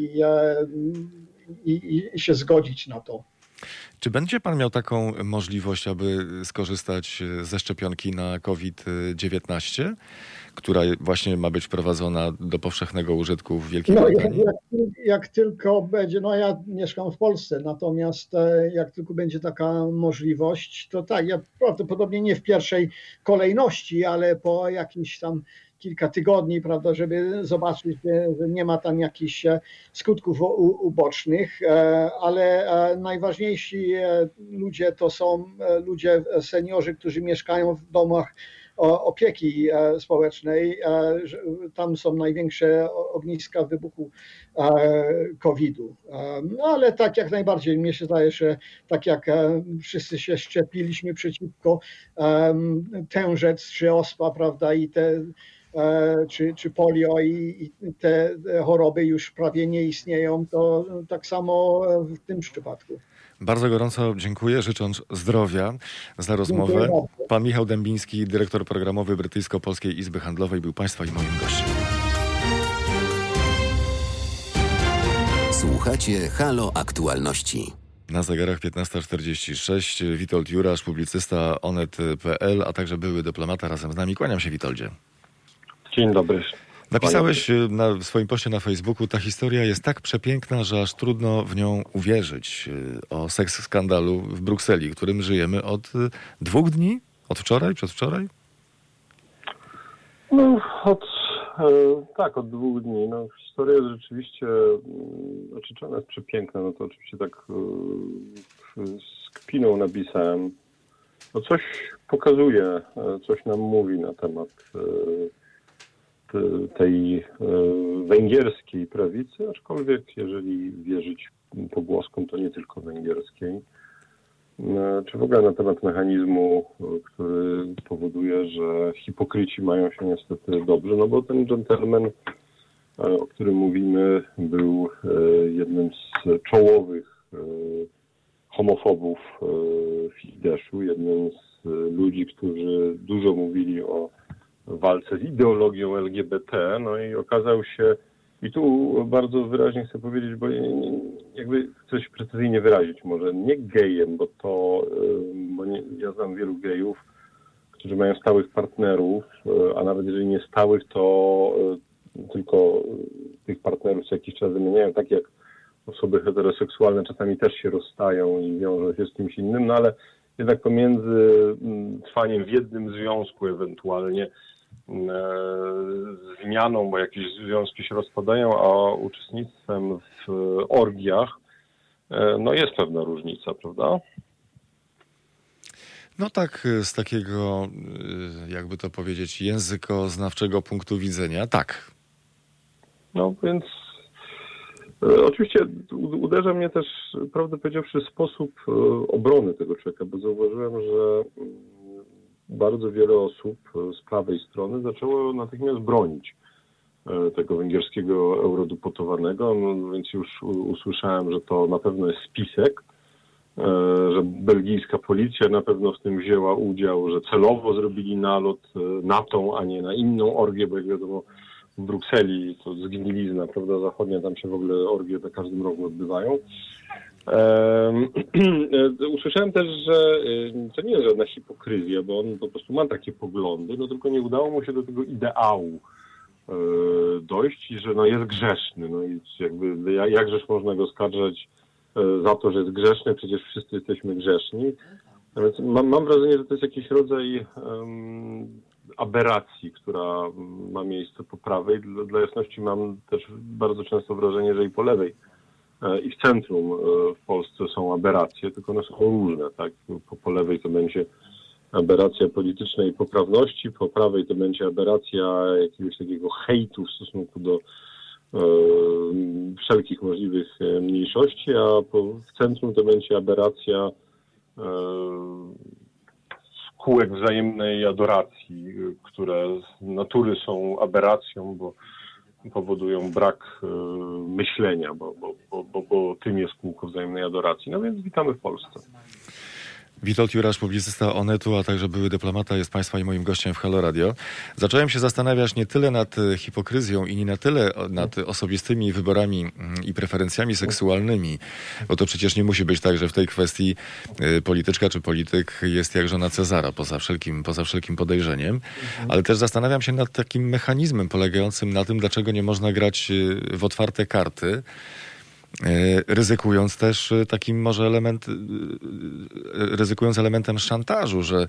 i się zgodzić na to. Czy będzie Pan miał taką możliwość, aby skorzystać ze szczepionki na COVID-19, która właśnie ma być wprowadzona do powszechnego użytku w Wielkiej Brytanii? Jak tylko będzie, ja mieszkam w Polsce, natomiast jak tylko będzie taka możliwość, to tak, ja prawdopodobnie nie w pierwszej kolejności, ale po jakichś tam kilka tygodni, prawda, żeby zobaczyć, że nie ma tam jakichś skutków ubocznych, ale najważniejsi ludzie to są ludzie, seniorzy, którzy mieszkają w domach opieki społecznej. Tam są największe ogniska wybuchu COVID-u. No ale tak jak najbardziej, mnie się zdaje, że tak jak wszyscy się szczepiliśmy przeciwko tężec czy ospa, prawda, i czy polio i te choroby już prawie nie istnieją, to tak samo w tym przypadku. Bardzo gorąco dziękuję, życząc zdrowia za rozmowę. Pan Michał Dębiński, dyrektor programowy Brytyjsko-Polskiej Izby Handlowej, był Państwa i moim gościem. Słuchacie Halo Aktualności. Na zegarach 15:46. Witold Jurasz, publicysta Onet.pl, a także były dyplomata razem z nami. Kłaniam się, Witoldzie. Dzień dobry. Napisałeś na swoim poście na Facebooku: ta historia jest tak przepiękna, że aż trudno w nią uwierzyć. O seks skandalu w Brukseli, którym żyjemy od 2 dni? Od wczoraj? Przedwczoraj? No, Tak, od 2 dni. No, historia jest rzeczywiście, znaczy, czy ona jest przepiękna, no to oczywiście tak z kpiną napisałem. No coś pokazuje, coś nam mówi na temat tej węgierskiej prawicy, aczkolwiek jeżeli wierzyć pogłoskom, to nie tylko węgierskiej. Czy w ogóle na temat mechanizmu, który powoduje, że hipokryci mają się niestety dobrze, no bo ten dżentelmen, o którym mówimy, był jednym z czołowych homofobów Fideszu, jednym z ludzi, którzy dużo mówili o walce z ideologią LGBT, no i okazał się, i tu bardzo wyraźnie chcę powiedzieć, bo jakby chcę się precyzyjnie wyrazić, może nie gejem, bo ja znam wielu gejów, którzy mają stałych partnerów, a nawet jeżeli nie stałych, to tylko tych partnerów co jakiś czas wymieniają, tak jak osoby heteroseksualne czasami też się rozstają i wiążą się z kimś innym, no ale jednak pomiędzy trwaniem w jednym związku ewentualnie zmianą, bo jakieś związki się rozpadają, a uczestnictwem w orgiach, no jest pewna różnica, prawda? No tak, z takiego, jakby to powiedzieć, językoznawczego punktu widzenia, tak. No więc oczywiście uderza mnie też, prawdę powiedziawszy, sposób obrony tego człowieka, bo zauważyłem, że bardzo wiele osób z prawej strony zaczęło natychmiast bronić tego węgierskiego eurodeputowanego, no więc już usłyszałem, że to na pewno jest spisek, że belgijska policja na pewno w tym wzięła udział, że celowo zrobili nalot na tą, a nie na inną orgię, bo jak wiadomo w Brukseli to zgnilizna, prawda, zachodnia, tam się w ogóle orgie na każdym rogu odbywają. Usłyszałem też, że to nie jest żadna hipokryzja, bo on po prostu ma takie poglądy, no tylko nie udało mu się do tego ideału dojść i że no jest grzeszny. No i jakby jakżeż można go oskarżać za to, że jest grzeszny, przecież wszyscy jesteśmy grzeszni. Więc mam wrażenie, że to jest jakiś rodzaj aberracji, która ma miejsce po prawej. Dla jasności mam też bardzo często wrażenie, że i po lewej i w centrum w Polsce są aberracje, tylko one są różne, tak? Po lewej to będzie aberracja politycznej poprawności, po prawej to będzie aberracja jakiegoś takiego hejtu w stosunku do wszelkich możliwych mniejszości, a w centrum to będzie aberracja kółek wzajemnej adoracji, które z natury są aberracją, bo powodują brak myślenia, bo tym jest kółko wzajemnej adoracji. No więc witamy w Polsce. Witold Jurasz, publicysta Onetu, a także były dyplomata, jest Państwa i moim gościem w Halo Radio. Zacząłem się zastanawiać nie tyle nad hipokryzją i nie na tyle nad osobistymi wyborami i preferencjami seksualnymi, bo to przecież nie musi być tak, że w tej kwestii polityczka czy polityk jest jak żona Cezara, poza wszelkim podejrzeniem, ale też zastanawiam się nad takim mechanizmem polegającym na tym, dlaczego nie można grać w otwarte karty, ryzykując też takim może ryzykując elementem szantażu, że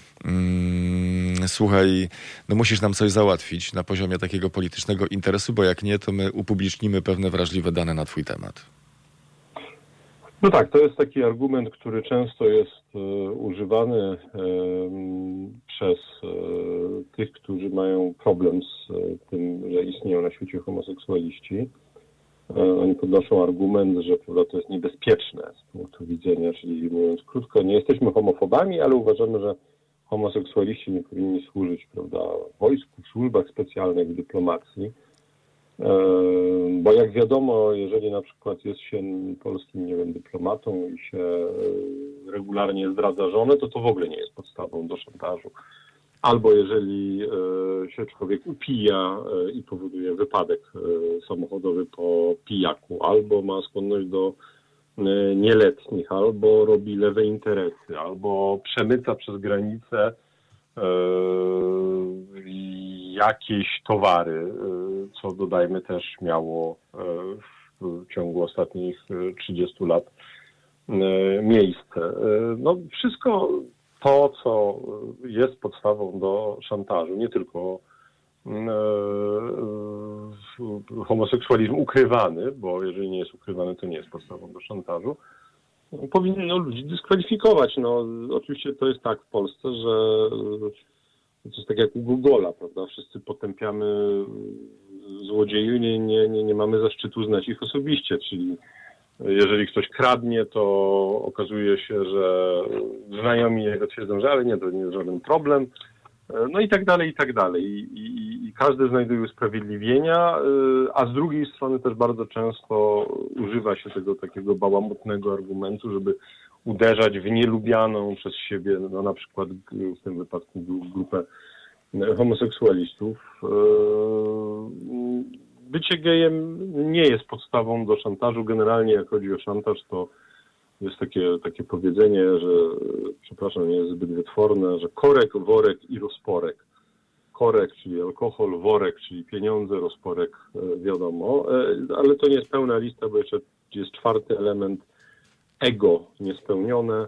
słuchaj, no musisz nam coś załatwić na poziomie takiego politycznego interesu, bo jak nie, to my upublicznimy pewne wrażliwe dane na twój temat. No tak, to jest taki argument, który często jest używany przez tych, którzy mają problem z tym, że istnieją na świecie homoseksualiści. Oni podnoszą argument, że prawda, to jest niebezpieczne z punktu widzenia, czyli mówiąc krótko, nie jesteśmy homofobami, ale uważamy, że homoseksualiści nie powinni służyć, prawda, w wojsku, w służbach specjalnych, w dyplomacji. Bo jak wiadomo, jeżeli na przykład jest się polskim, nie wiem, dyplomatą i się regularnie zdradza żonę, to w ogóle nie jest podstawą do szantażu. Albo jeżeli się człowiek upija i powoduje wypadek samochodowy po pijaku, albo ma skłonność do nieletnich, albo robi lewe interesy, albo przemyca przez granicę jakieś towary, co dodajmy też miało w ciągu ostatnich 30 lat miejsce. No wszystko to, co jest podstawą do szantażu, nie tylko homoseksualizm ukrywany, bo jeżeli nie jest ukrywany, to nie jest podstawą do szantażu, powinno ludzi dyskwalifikować. No, oczywiście to jest tak w Polsce, że to jest tak jak u Google'a, prawda? Wszyscy potępiamy złodziejów, nie mamy zaszczytu znać ich osobiście, czyli jeżeli ktoś kradnie, to okazuje się, że znajomi jego twierdzą, że ale nie, to nie jest żaden problem. No i tak dalej, i tak dalej. I każdy znajduje usprawiedliwienia, a z drugiej strony też bardzo często używa się tego takiego bałamutnego argumentu, żeby uderzać w nielubianą przez siebie, no na przykład w tym wypadku grupę homoseksualistów. Bycie gejem nie jest podstawą do szantażu. Generalnie jak chodzi o szantaż, to jest takie powiedzenie, że, przepraszam, nie jest zbyt wytworne, że korek, worek i rozporek. Korek, czyli alkohol, worek, czyli pieniądze, rozporek, wiadomo, ale to nie jest pełna lista, bo jeszcze jest czwarty element, ego niespełnione.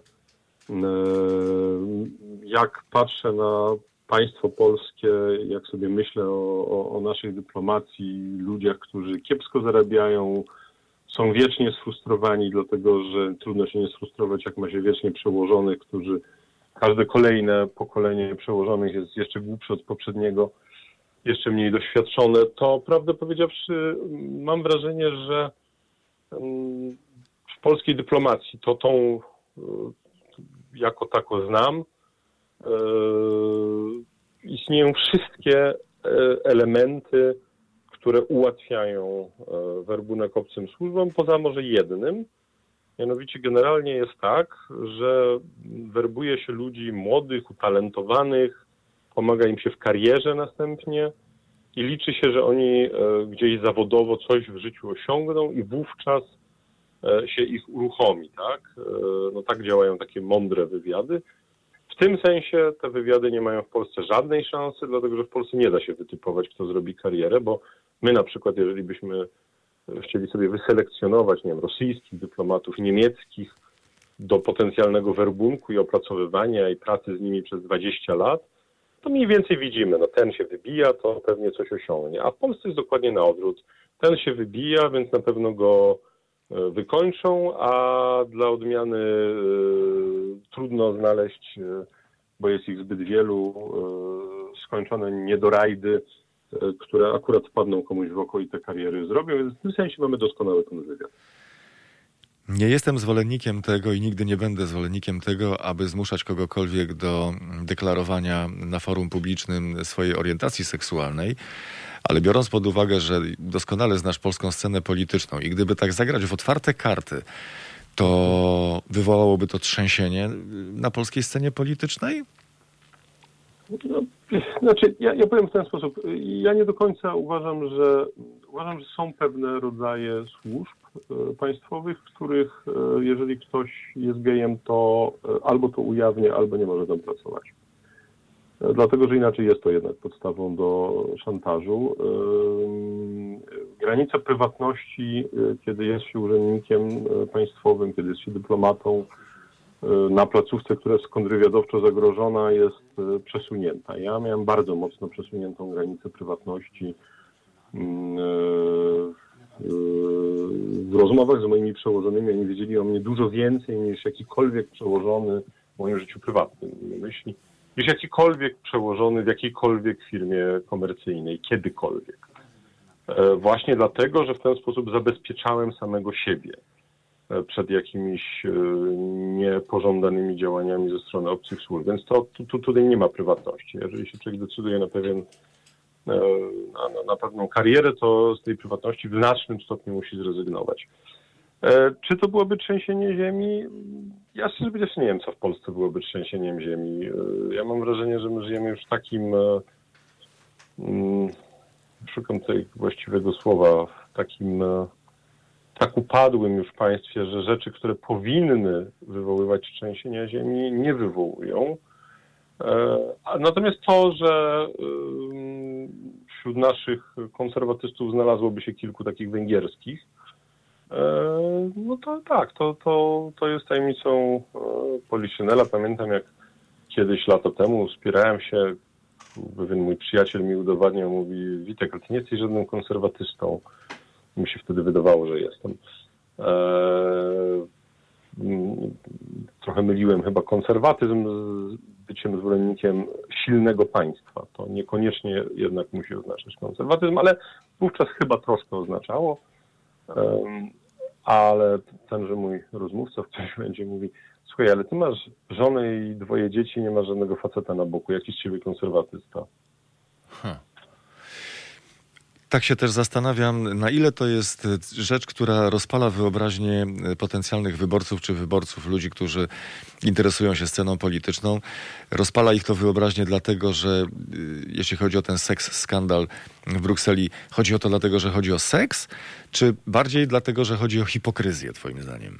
Jak patrzę na państwo polskie, jak sobie myślę o naszej dyplomacji, ludziach, którzy kiepsko zarabiają, są wiecznie sfrustrowani, dlatego że trudno się nie sfrustrować, jak ma się wiecznie przełożonych, którzy każde kolejne pokolenie przełożonych jest jeszcze głupsze od poprzedniego, jeszcze mniej doświadczone, to prawdę powiedziawszy mam wrażenie, że w polskiej dyplomacji, to tą jako tako znam, istnieją wszystkie elementy, które ułatwiają werbunek obcym służbom, poza może jednym. Mianowicie generalnie jest tak, że werbuje się ludzi młodych, utalentowanych, pomaga im się w karierze następnie i liczy się, że oni gdzieś zawodowo coś w życiu osiągną i wówczas się ich uruchomi, tak? No tak działają takie mądre wywiady. W tym sensie te wywiady nie mają w Polsce żadnej szansy, dlatego że w Polsce nie da się wytypować, kto zrobi karierę, bo my na przykład, jeżeli byśmy chcieli sobie wyselekcjonować, nie wiem, rosyjskich dyplomatów, niemieckich do potencjalnego werbunku i opracowywania i pracy z nimi przez 20 lat, to mniej więcej widzimy, no ten się wybija, to pewnie coś osiągnie. A w Polsce jest dokładnie na odwrót. Ten się wybija, więc na pewno go wykończą, a dla odmiany trudno znaleźć, bo jest ich zbyt wielu, skończone niedorajdy, które akurat wpadną komuś w oko i te kariery zrobią, więc w tym sensie mamy doskonały ten wywiad. Nie jestem zwolennikiem tego i nigdy nie będę zwolennikiem tego, aby zmuszać kogokolwiek do deklarowania na forum publicznym swojej orientacji seksualnej, ale biorąc pod uwagę, że doskonale znasz polską scenę polityczną i gdyby tak zagrać w otwarte karty, to wywołałoby to trzęsienie na polskiej scenie politycznej? No, znaczy, ja powiem w ten sposób. Ja nie do końca uważam, że są pewne rodzaje służb państwowych, w których jeżeli ktoś jest gejem, to albo to ujawnia, albo nie może tam pracować. Dlatego, że inaczej jest to jednak podstawą do szantażu. Granica prywatności, kiedy jest się urzędnikiem państwowym, kiedy jest się dyplomatą na placówce, która jest kontrwywiadowczo zagrożona, jest przesunięta. Ja miałem bardzo mocno przesuniętą granicę prywatności w rozmowach z moimi przełożonymi. Oni wiedzieli o mnie dużo więcej niż jakikolwiek przełożony w moim życiu prywatnym. Myśli, niż jakikolwiek przełożony w jakiejkolwiek firmie komercyjnej, kiedykolwiek. Właśnie dlatego, że w ten sposób zabezpieczałem samego siebie przed jakimiś niepożądaniami działaniami ze strony obcych służb. Więc tutaj nie ma prywatności. Jeżeli się człowiek decyduje na pewną karierę, to z tej prywatności w znacznym stopniu musi zrezygnować. Czy to byłoby trzęsienie ziemi? Ja szczerze powiedziawszy nie wiem, co w Polsce byłoby trzęsieniem ziemi. Ja mam wrażenie, że my żyjemy już w takim, szukam tutaj właściwego słowa, w takim tak upadłym już państwie, że rzeczy, które powinny wywoływać trzęsienia ziemi, nie wywołują. Natomiast to, że wśród naszych konserwatystów znalazłoby się kilku takich węgierskich, no to tak, to jest tajemnicą Poliszynela. Pamiętam, jak kiedyś lata temu spierałem się pewien mój przyjaciel mi udowadniał, mówi: Witek, ale ty nie jesteś żadnym konserwatystą. Mi się wtedy wydawało, że jestem. Trochę myliłem chyba konserwatyzm z byciem zwolennikiem silnego państwa. To niekoniecznie jednak musi oznaczać konserwatyzm, ale wówczas chyba troszkę oznaczało. Ale tenże mój rozmówca w którymś momencie mówi: słuchaj, ale ty masz żonę i 2 dzieci, nie masz żadnego faceta na boku. Jaki z ciebie konserwatysta? Tak się też zastanawiam, na ile to jest rzecz, która rozpala wyobraźnię potencjalnych wyborców czy wyborców, ludzi, którzy interesują się sceną polityczną. Rozpala ich to wyobraźnię dlatego, że jeśli chodzi o ten seks-skandal w Brukseli, chodzi o to dlatego, że chodzi o seks, czy bardziej dlatego, że chodzi o hipokryzję, twoim zdaniem?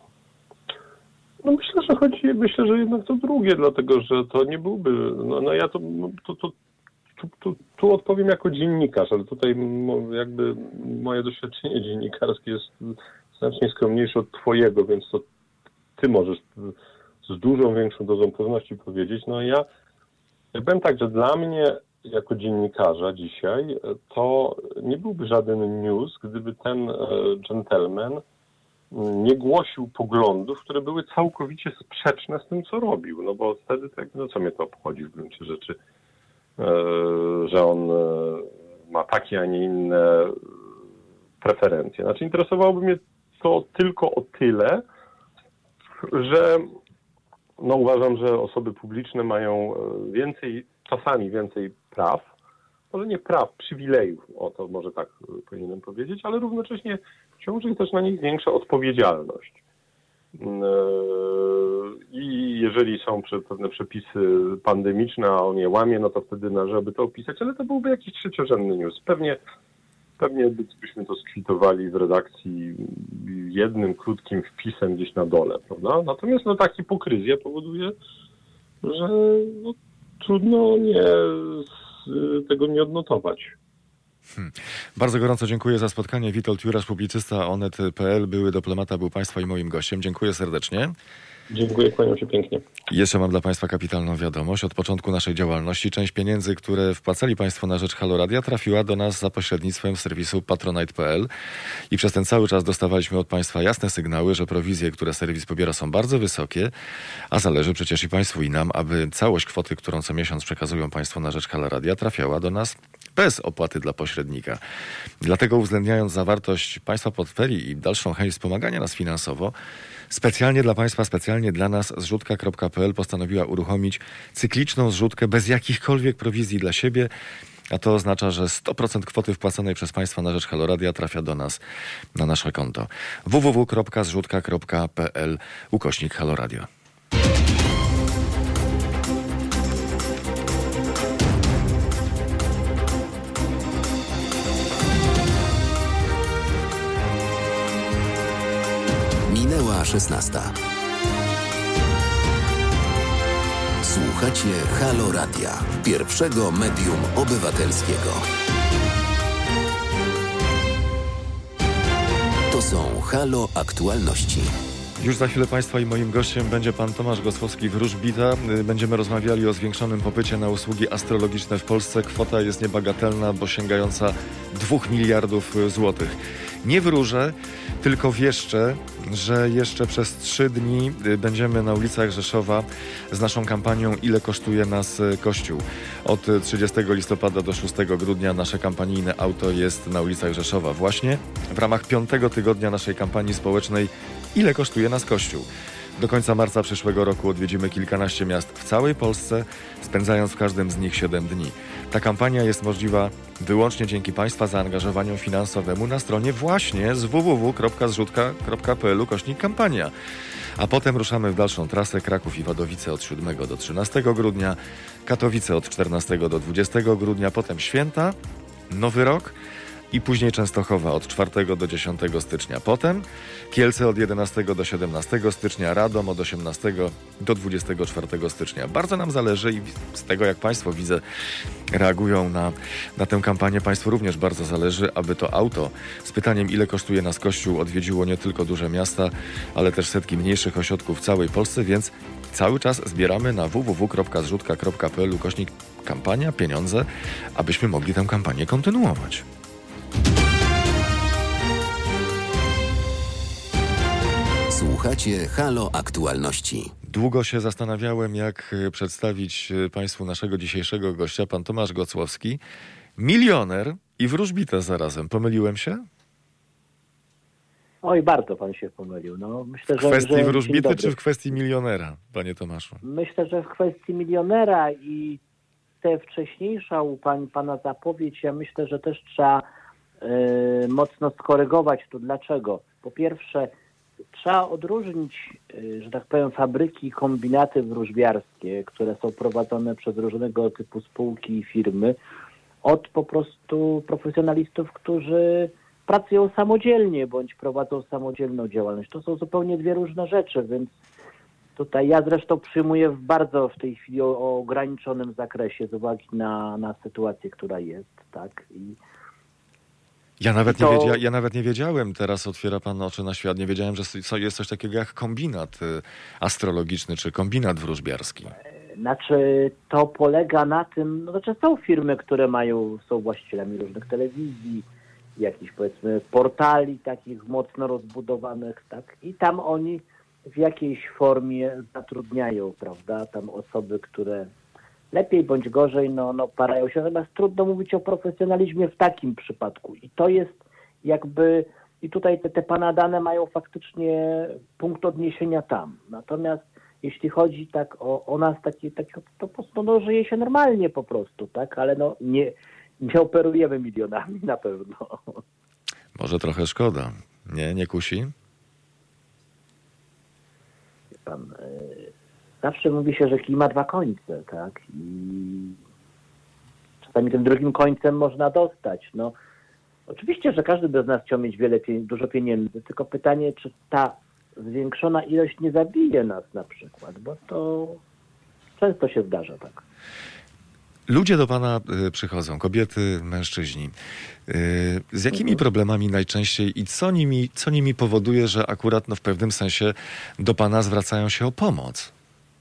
No myślę, że jednak to drugie, dlatego że to nie byłby, tu odpowiem jako dziennikarz, ale tutaj jakby moje doświadczenie dziennikarskie jest znacznie skromniejsze od twojego, więc to ty możesz z dużą większą dozą pewności powiedzieć. No ja powiem tak, że dla mnie jako dziennikarza dzisiaj to nie byłby żaden news, gdyby ten gentleman nie głosił poglądów, które były całkowicie sprzeczne z tym, co robił. No bo wtedy tak, co mnie to obchodzi w gruncie rzeczy, że on ma takie, a nie inne preferencje. Znaczy interesowałoby mnie to tylko o tyle, że uważam, że osoby publiczne mają czasami więcej praw, może nie praw, przywilejów, o to może tak powinienem powiedzieć, ale równocześnie ciąży też na nich większa odpowiedzialność. I jeżeli są pewne przepisy pandemiczne, a on je łamie, no to wtedy należałoby to opisać, ale to byłby jakiś trzeciorzędny news. Pewnie byśmy to skwitowali w redakcji jednym krótkim wpisem gdzieś na dole, prawda? Natomiast ta hipokryzja powoduje, że trudno tego nie odnotować. Bardzo gorąco dziękuję za spotkanie. Witold Jurasz, publicysta Onet.pl, były dyplomata, był Państwa i moim gościem. Dziękuję serdecznie. Dziękuję, kłaniam się pięknie. Jeszcze mam dla Państwa kapitalną wiadomość. Od początku naszej działalności część pieniędzy, które wpłacali Państwo na rzecz Halo Radia, trafiła do nas za pośrednictwem serwisu patronite.pl i przez ten cały czas dostawaliśmy od Państwa jasne sygnały, że prowizje, które serwis pobiera, są bardzo wysokie, a zależy przecież i Państwu, i nam, aby całość kwoty, którą co miesiąc przekazują Państwo na rzecz Halo Radia, trafiała do nas bez opłaty dla pośrednika. Dlatego, uwzględniając zawartość Państwa portfeli i dalszą chęć wspomagania nas finansowo, specjalnie dla Państwa, specjalnie dla nas zrzutka.pl postanowiła uruchomić cykliczną zrzutkę bez jakichkolwiek prowizji dla siebie, a to oznacza, że 100% kwoty wpłaconej przez Państwa na rzecz Halo Radia trafia do nas na nasze konto. www.zrzutka.pl/Halo Radio. Minęła 16. Słuchacie Halo Radia, pierwszego medium obywatelskiego. To są Halo Aktualności. Już za chwilę Państwa i moim gościem będzie pan Tomasz Gosłowski-Wróżbita. Będziemy rozmawiali o zwiększonym popycie na usługi astrologiczne w Polsce. Kwota jest niebagatelna, bo sięgająca 2 miliardów złotych. Nie wróżę, tylko wieszczę, że jeszcze przez 3 dni będziemy na ulicach Rzeszowa z naszą kampanią Ile kosztuje nas Kościół. Od 30 listopada do 6 grudnia nasze kampanijne auto jest na ulicach Rzeszowa. Właśnie w ramach 5. tygodnia naszej kampanii społecznej Ile kosztuje nas Kościół. Do końca marca przyszłego roku odwiedzimy kilkanaście miast w całej Polsce, spędzając w każdym z nich 7 dni. Ta kampania jest możliwa wyłącznie dzięki Państwa zaangażowaniu finansowemu na stronie właśnie z www.zrzutka.pl/kampania. A potem ruszamy w dalszą trasę. Kraków i Wadowice od 7 do 13 grudnia, Katowice od 14 do 20 grudnia, potem Święta, Nowy Rok i później Częstochowa od 4 do 10 stycznia. Potem Kielce od 11 do 17 stycznia, Radom od 18 do 24 stycznia. Bardzo nam zależy i z tego, jak Państwo, widzę, reagują na tę kampanię, Państwu również bardzo zależy, aby to auto z pytaniem, ile kosztuje nas Kościół, odwiedziło nie tylko duże miasta, ale też setki mniejszych ośrodków w całej Polsce, więc cały czas zbieramy na www.zrzutka.pl kampania, pieniądze, abyśmy mogli tę kampanię kontynuować. Słuchacie Halo Aktualności. Długo się zastanawiałem, jak przedstawić Państwu naszego dzisiejszego gościa, pan Tomasz Gocłowski. Milioner i wróżbita zarazem. Pomyliłem się? Oj, bardzo pan się pomylił. No, myślę, W kwestii że wróżbity czy w kwestii milionera, panie Tomaszu? Myślę, że w kwestii milionera i tę wcześniejszą pana zapowiedź, ja myślę, że też trzeba mocno skorygować tu. Dlaczego? Po pierwsze, trzeba odróżnić, że tak powiem, fabryki i kombinaty wróżbiarskie, które są prowadzone przez różnego typu spółki i firmy, od po prostu profesjonalistów, którzy pracują samodzielnie bądź prowadzą samodzielną działalność. To są zupełnie dwie różne rzeczy, więc tutaj ja zresztą przyjmuję bardzo w tej chwili o ograniczonym zakresie z uwagi na sytuację, która jest, tak. Ja nawet nie wiedziałem, teraz otwiera pan oczy na świat, nie wiedziałem, że jest coś takiego jak kombinat astrologiczny czy kombinat wróżbiarski. Znaczy, to polega na tym, znaczy są firmy, które są właścicielami różnych telewizji, jakichś powiedzmy portali takich mocno rozbudowanych, tak, i tam oni w jakiejś formie zatrudniają, prawda, tam osoby, które lepiej bądź gorzej, parają się, natomiast trudno mówić o profesjonalizmie w takim przypadku. I to jest jakby, i tutaj te pana dane mają faktycznie punkt odniesienia tam. Natomiast jeśli chodzi tak o nas, to po prostu żyje się normalnie po prostu, tak, ale nie operujemy milionami na pewno. Może trochę szkoda. Nie kusi? Pan, zawsze mówi się, że kij ma dwa końce, tak? I czasami tym drugim końcem można dostać. No, oczywiście, że każdy by z nas chciał mieć dużo pieniędzy, tylko pytanie, czy ta zwiększona ilość nie zabije nas na przykład, bo to często się zdarza, tak. Ludzie do pana przychodzą, kobiety, mężczyźni. Z jakimi problemami najczęściej i co nimi powoduje, że akurat w pewnym sensie do pana zwracają się o pomoc?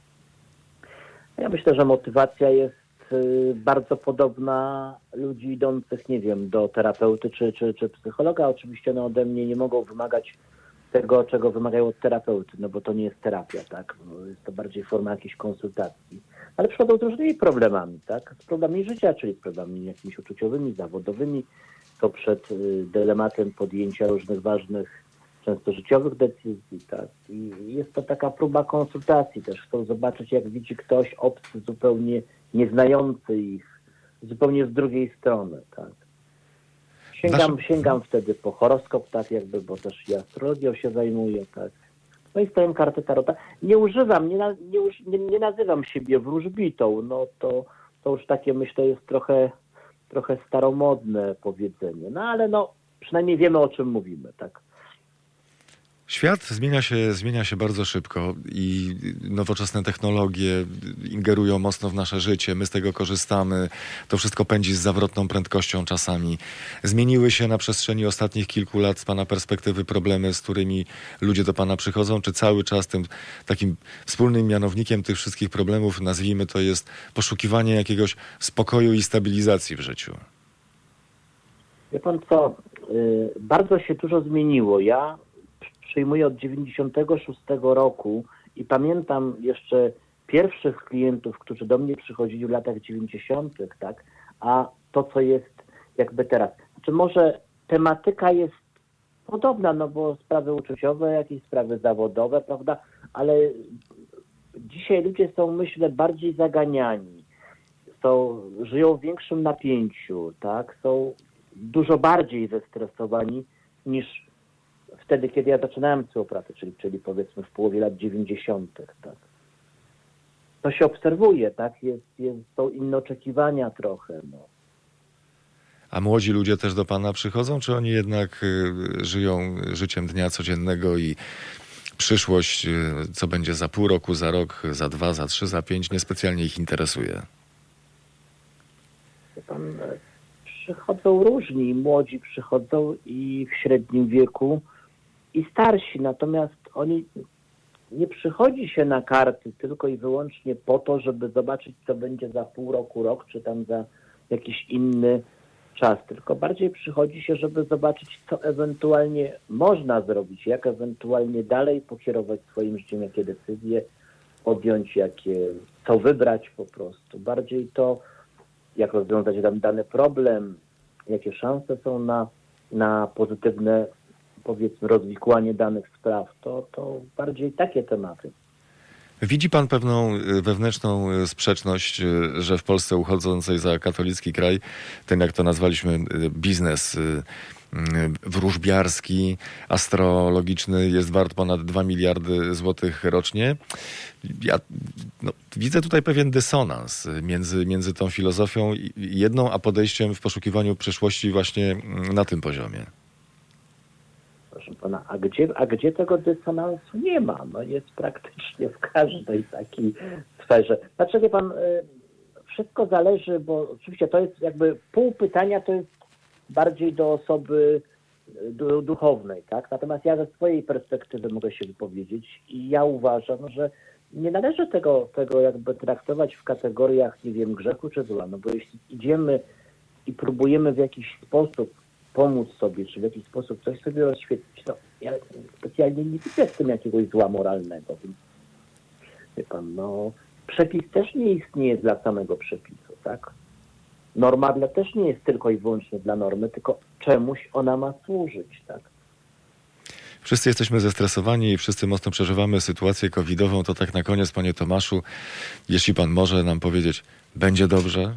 Ja myślę, że motywacja jest bardzo podobna ludzi idących, nie wiem, do terapeuty czy psychologa. Oczywiście ode mnie nie mogą wymagać tego, czego wymagają od terapeuty, bo to nie jest terapia, tak? Jest to bardziej forma jakiejś konsultacji. Ale przychodzą z różnymi problemami, tak? Z problemami życia, czyli z problemami jakimiś uczuciowymi, zawodowymi. To przed dylematem podjęcia różnych ważnych, często życiowych decyzji, tak? I jest to taka próba konsultacji też. Chcą zobaczyć, jak widzi ktoś obcy, zupełnie nieznający ich, zupełnie z drugiej strony, tak? Sięgam wtedy po horoskop, tak jakby, bo też ja astrologią się zajmuję, tak. No i stawiam kartę tarota. Nie używam, nie nazywam siebie wróżbitą, to już takie, myślę, jest trochę staromodne powiedzenie. Ale przynajmniej wiemy, o czym mówimy, tak. Świat zmienia się bardzo szybko i nowoczesne technologie ingerują mocno w nasze życie. My z tego korzystamy. To wszystko pędzi z zawrotną prędkością czasami. Zmieniły się na przestrzeni ostatnich kilku lat z pana perspektywy problemy, z którymi ludzie do pana przychodzą? Czy cały czas tym takim wspólnym mianownikiem tych wszystkich problemów, nazwijmy to, jest poszukiwanie jakiegoś spokoju i stabilizacji w życiu? Wie pan co? Bardzo się dużo zmieniło. Ja przyjmuję od 96 roku i pamiętam jeszcze pierwszych klientów, którzy do mnie przychodzili w latach 90., tak, a to, co jest jakby teraz. Znaczy może tematyka jest podobna, bo sprawy uczuciowe, jakieś sprawy zawodowe, prawda, ale dzisiaj ludzie są, myślę, bardziej zaganiani, żyją w większym napięciu, tak, są dużo bardziej zestresowani niż wtedy, kiedy ja zaczynałem współpracę, czyli powiedzmy w połowie lat 90., tak. To się obserwuje, tak? Są inne oczekiwania trochę, A młodzi ludzie też do pana przychodzą, czy oni jednak żyją życiem dnia codziennego i przyszłość, co będzie za pół roku, za rok, za 2, za 3, za 5, niespecjalnie ich interesuje? Pan, przychodzą różni, młodzi przychodzą i w średnim wieku, i starsi, natomiast oni nie przychodzi się na karty tylko i wyłącznie po to, żeby zobaczyć, co będzie za pół roku, rok, czy tam za jakiś inny czas, tylko bardziej przychodzi się, żeby zobaczyć, co ewentualnie można zrobić, jak ewentualnie dalej pokierować swoim życiem, jakie decyzje podjąć, co wybrać po prostu. Bardziej to, jak rozwiązać dany problem, jakie szanse są na pozytywne, powiedzmy, rozwikłanie danych spraw, to bardziej takie tematy. Widzi pan pewną wewnętrzną sprzeczność, że w Polsce uchodzącej za katolicki kraj, ten jak to nazwaliśmy biznes wróżbiarski, astrologiczny jest wart ponad 2 miliardy złotych rocznie. Ja widzę tutaj pewien dysonans między tą filozofią jedną, a podejściem w poszukiwaniu przyszłości właśnie na tym poziomie. Proszę pana, a gdzie tego dysonansu nie ma? No jest praktycznie w każdej takiej sferze. Znaczy, wie pan, wszystko zależy, bo oczywiście to jest jakby pół pytania, to jest bardziej do osoby duchownej, tak? Natomiast ja ze swojej perspektywy mogę się wypowiedzieć i ja uważam, że nie należy tego jakby traktować w kategoriach, nie wiem, grzechu czy zła, no bo jeśli idziemy i próbujemy w jakiś sposób pomóc sobie, czy w jakiś sposób coś sobie rozświetlić, to ja specjalnie nie widzę w tym jakiegoś zła moralnego. Więc, wie pan, przepis też nie istnieje dla samego przepisu, tak? Norma też nie jest tylko i wyłącznie dla normy, tylko czemuś ona ma służyć, tak? Wszyscy jesteśmy zestresowani i wszyscy mocno przeżywamy sytuację covidową. To tak na koniec, panie Tomaszu, jeśli pan może nam powiedzieć, będzie dobrze?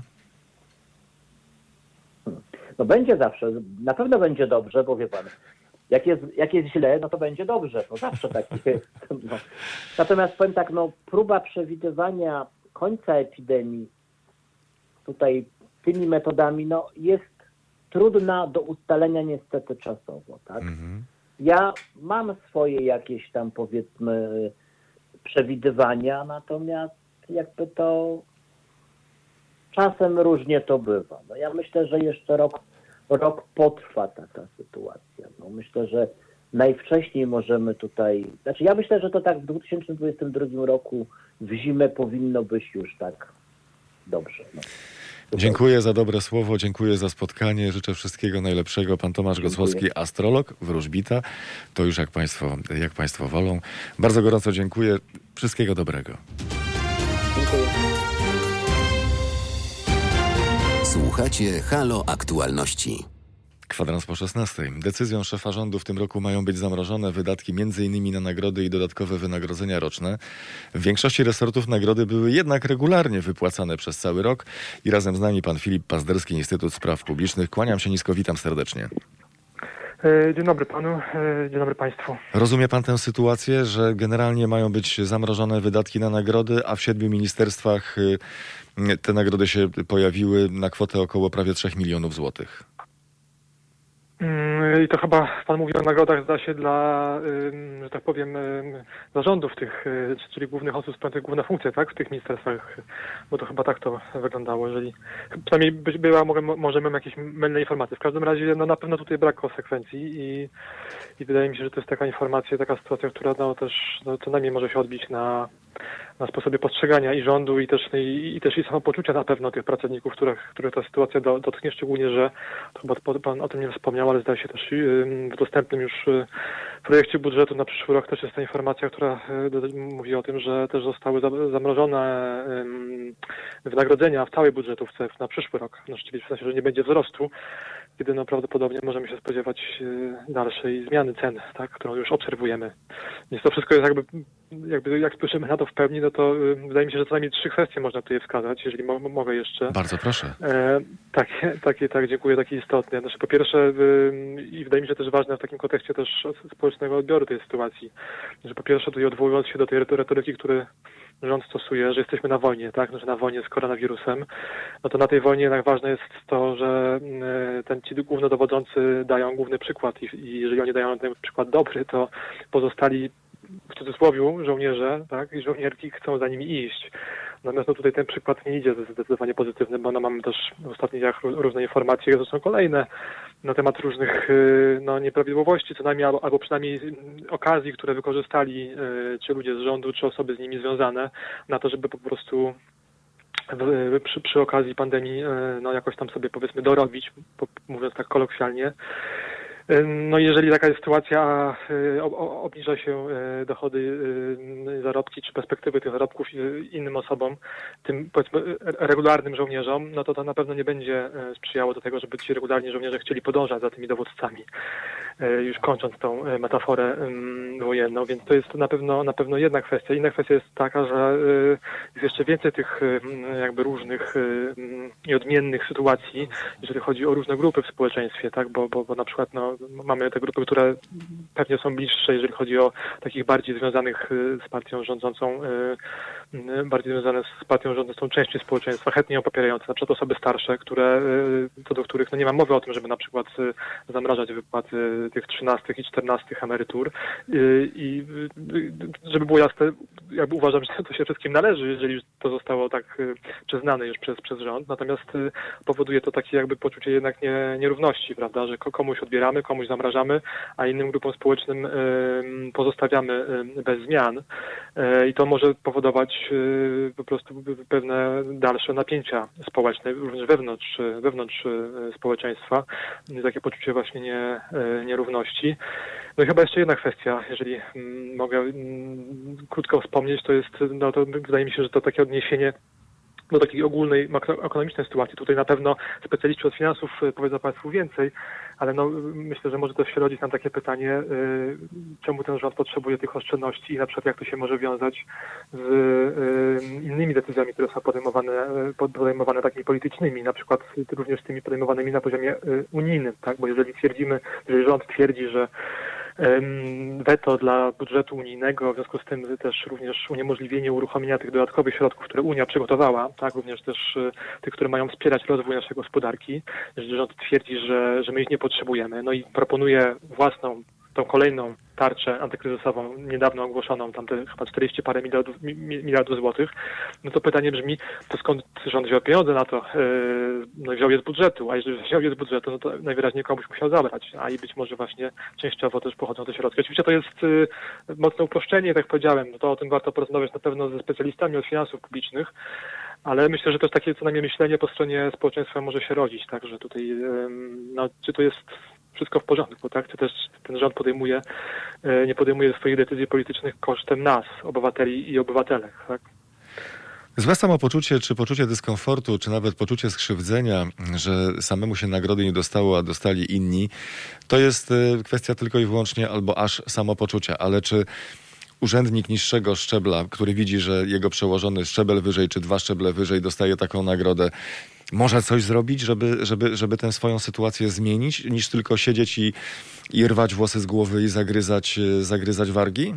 No będzie zawsze, na pewno będzie dobrze, bo wie pan, jak jest źle, no to będzie dobrze, to zawsze tak jest. No. Natomiast powiem tak, próba przewidywania końca epidemii tutaj tymi metodami, jest trudna do ustalenia niestety czasowo, tak? Ja mam swoje jakieś tam, powiedzmy, przewidywania, natomiast jakby to czasem różnie to bywa. Ja myślę, że jeszcze rok potrwa taka sytuacja. Myślę, że najwcześniej możemy tutaj... Znaczy ja myślę, że to tak w 2022 roku w zimę powinno być już tak dobrze. Dziękuję za dobre słowo, dziękuję za spotkanie, życzę wszystkiego najlepszego. Pan Tomasz Gocłowski, astrolog, wróżbita. To już jak państwo wolą. Bardzo gorąco dziękuję. Wszystkiego dobrego. Dziękuję. Słuchacie Halo Aktualności. Kwadrans po 16. Decyzją szefa rządu w tym roku mają być zamrożone wydatki m.in. na nagrody i dodatkowe wynagrodzenia roczne. W większości resortów nagrody były jednak regularnie wypłacane przez cały rok. I razem z nami pan Filip Pazderski, Instytut Spraw Publicznych. Kłaniam się nisko, witam serdecznie. Dzień dobry panu, dzień dobry państwu. Rozumie pan tę sytuację, że generalnie mają być zamrożone wydatki na nagrody, a w 7 ministerstwach te nagrody się pojawiły na kwotę około prawie 3 milionów złotych? I to chyba pan mówi o nagrodach, zda się, dla, że tak powiem, zarządów tych, czyli głównych osób spełniających główne funkcje, tak, w tych ministerstwach, bo to chyba tak to wyglądało, jeżeli przynajmniej możemy jakieś mylne informacje. W każdym razie, na pewno tutaj brak konsekwencji i wydaje mi się, że to jest taka informacja, taka sytuacja, która też co najmniej może się odbić na sposobie postrzegania i rządu, i też samopoczucia na pewno tych pracowników, których ta sytuacja dotknie, szczególnie, że to chyba pan o tym nie wspomniał, ale zdaje się też w dostępnym już projekcie budżetu na przyszły rok też jest ta informacja, która mówi o tym, że też zostały zamrożone wynagrodzenia w całej budżetówce na przyszły rok. Czyli w sensie, że nie będzie wzrostu, kiedy prawdopodobnie możemy się spodziewać dalszej zmiany cen, tak, którą już obserwujemy. Więc to wszystko jest jakby jak spojrzymy na to w pełni, to wydaje mi się, że co najmniej 3 kwestie można tutaj wskazać, jeżeli mogę jeszcze. Bardzo proszę. Tak, dziękuję, takie istotne. Znaczy, po pierwsze, i wydaje mi się też ważne w takim kontekście też społecznego odbioru tej sytuacji, że po pierwsze tutaj odwołując się do tej retoryki, który rząd stosuje, że jesteśmy na wojnie, tak, że na wojnie z koronawirusem, to na tej wojnie jednak ważne jest to, że ci głównodowodzący dają główny przykład i jeżeli oni dają ten przykład dobry, to pozostali w cudzysłowie żołnierze, tak, i żołnierki chcą za nimi iść. Natomiast no tutaj ten przykład nie idzie zdecydowanie pozytywny, bo mamy też w ostatnich dniach różne informacje, to są kolejne na temat różnych nieprawidłowości, co najmniej albo przynajmniej okazji, które wykorzystali czy ludzie z rządu, czy osoby z nimi związane na to, żeby po prostu przy okazji pandemii jakoś tam sobie powiedzmy dorobić, mówiąc tak kolokwialnie. No i jeżeli taka jest sytuacja, obniża się dochody, zarobki czy perspektywy tych zarobków innym osobom, tym powiedzmy regularnym żołnierzom, no to na pewno nie będzie sprzyjało do tego, żeby ci regularni żołnierze chcieli podążać za tymi dowódcami, już kończąc tą metaforę wojenną, więc to jest na pewno jedna kwestia. Inna kwestia jest taka, że jest jeszcze więcej tych jakby różnych i odmiennych sytuacji, jeżeli chodzi o różne grupy w społeczeństwie, tak, bo na przykład mamy te grupy, które pewnie są bliższe, jeżeli chodzi o takich bardziej związanych z partią rządzącą, części społeczeństwa, chętnie ją popierające, na przykład osoby starsze, co do których nie ma mowy o tym, żeby na przykład zamrażać wypłaty tych 13 i 14 emerytur i żeby było jasne, jakby uważam, że to się wszystkim należy, jeżeli to zostało tak przyznane już przez rząd, natomiast powoduje to takie jakby poczucie jednak nierówności, prawda, że komuś odbieramy, komuś zamrażamy, a innym grupom społecznym pozostawiamy bez zmian i to może powodować po prostu pewne dalsze napięcia społeczne, również wewnątrz społeczeństwa, takie poczucie właśnie nierówności. No i chyba jeszcze jedna kwestia, jeżeli mogę krótko wspomnieć, to jest, to wydaje mi się, że to takie odniesienie do takiej ogólnej makroekonomicznej sytuacji. Tutaj na pewno specjaliści od finansów powiedzą Państwu więcej, ale myślę, że może też się rodzić nam takie pytanie, czemu ten rząd potrzebuje tych oszczędności i na przykład jak to się może wiązać z innymi decyzjami, które są podejmowane takimi politycznymi, na przykład również tymi podejmowanymi na poziomie unijnym, tak? Bo jeżeli rząd twierdzi, że weto dla budżetu unijnego, w związku z tym też również uniemożliwienie uruchomienia tych dodatkowych środków, które Unia przygotowała, tak, również też tych, które mają wspierać rozwój naszej gospodarki, że rząd twierdzi, że my ich nie potrzebujemy, no i proponuje własną, tą kolejną tarczę antykryzysową, niedawno ogłoszoną, tam te chyba 40 parę miliardów złotych, no to pytanie brzmi, to skąd rząd wziął pieniądze na to? Wziął je z budżetu, a jeżeli wziął je z budżetu, no to najwyraźniej komuś musiał zabrać, a i być może właśnie częściowo też pochodzą te środki. Oczywiście to jest mocne uproszczenie, tak jak powiedziałem, no to o tym warto porozmawiać na pewno ze specjalistami od finansów publicznych, ale myślę, że też takie co najmniej myślenie po stronie społeczeństwa może się rodzić, tak, że tutaj, czy to jest wszystko w porządku, tak? Czy też ten rząd nie podejmuje swoich decyzji politycznych kosztem nas, obywateli i obywatelek, tak? Złe samopoczucie, czy poczucie dyskomfortu, czy nawet poczucie skrzywdzenia, że samemu się nagrody nie dostało, a dostali inni, to jest kwestia tylko i wyłącznie albo aż samopoczucia. Ale czy urzędnik niższego szczebla, który widzi, że jego przełożony szczebel wyżej, czy 2 szczeble wyżej dostaje taką nagrodę, może coś zrobić, żeby tę swoją sytuację zmienić, niż tylko siedzieć i rwać włosy z głowy i zagryzać wargi?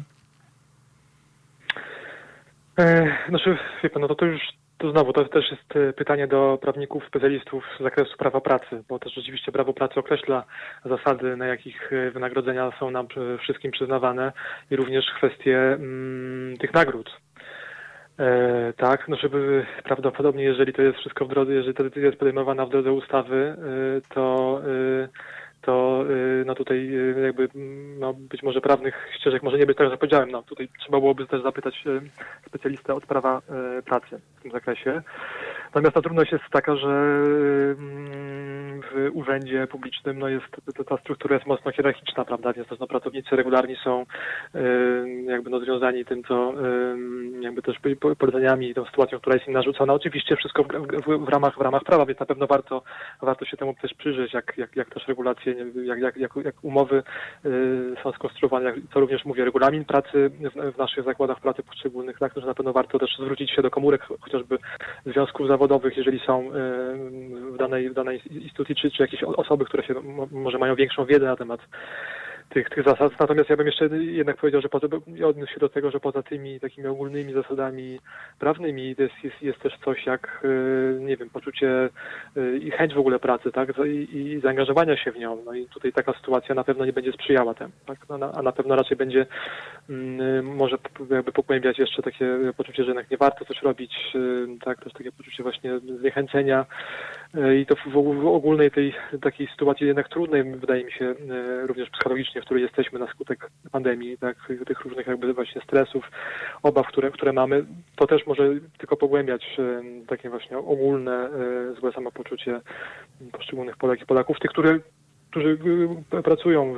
Wie pan, to też jest pytanie do prawników, specjalistów z zakresu prawa pracy, bo też rzeczywiście prawo pracy określa zasady, na jakich wynagrodzenia są nam wszystkim przyznawane i również kwestie tych nagród. Tak, żeby prawdopodobnie, jeżeli to jest wszystko w drodze, jeżeli ta decyzja jest podejmowana w drodze ustawy, to tutaj jakby być może prawnych ścieżek może nie być, tak jak powiedziałem, tutaj trzeba byłoby też zapytać specjalistę od prawa pracy w tym zakresie. Natomiast trudność jest taka, że w urzędzie publicznym ta struktura jest mocno hierarchiczna, prawda, więc też pracownicy regularni są jakby związani tym, co jakby też poleceniami i tą sytuacją, która jest im narzucona. Oczywiście wszystko w ramach prawa, więc na pewno warto się temu też przyjrzeć, jak też regulacje, jak umowy są skonstruowane, co również mówię, regulamin pracy w naszych zakładach pracy poszczególnych, tak, że na pewno warto też zwrócić się do komórek, chociażby związków zawodowych, jeżeli są w danej instytucji, czy jakieś osoby, które może mają większą wiedzę tych zasad. Natomiast ja bym jeszcze jednak powiedział, że odniósł się do tego, że poza tymi takimi ogólnymi zasadami prawnymi jest też coś jak, nie wiem, poczucie i chęć w ogóle pracy, tak, i zaangażowania się w nią. No i tutaj taka sytuacja na pewno nie będzie sprzyjała temu, tak, a na pewno raczej będzie może jakby pogłębiać jeszcze takie poczucie, że jednak nie warto coś robić, tak, też takie poczucie właśnie zniechęcenia i to w ogólnej tej takiej sytuacji jednak trudnej, wydaje mi się, również psychologicznie, w której jesteśmy na skutek pandemii, tak, tych różnych jakby właśnie stresów, obaw, które mamy, to też może tylko pogłębiać takie właśnie ogólne złe samopoczucie poszczególnych Polek i Polaków, tych, którzy pracują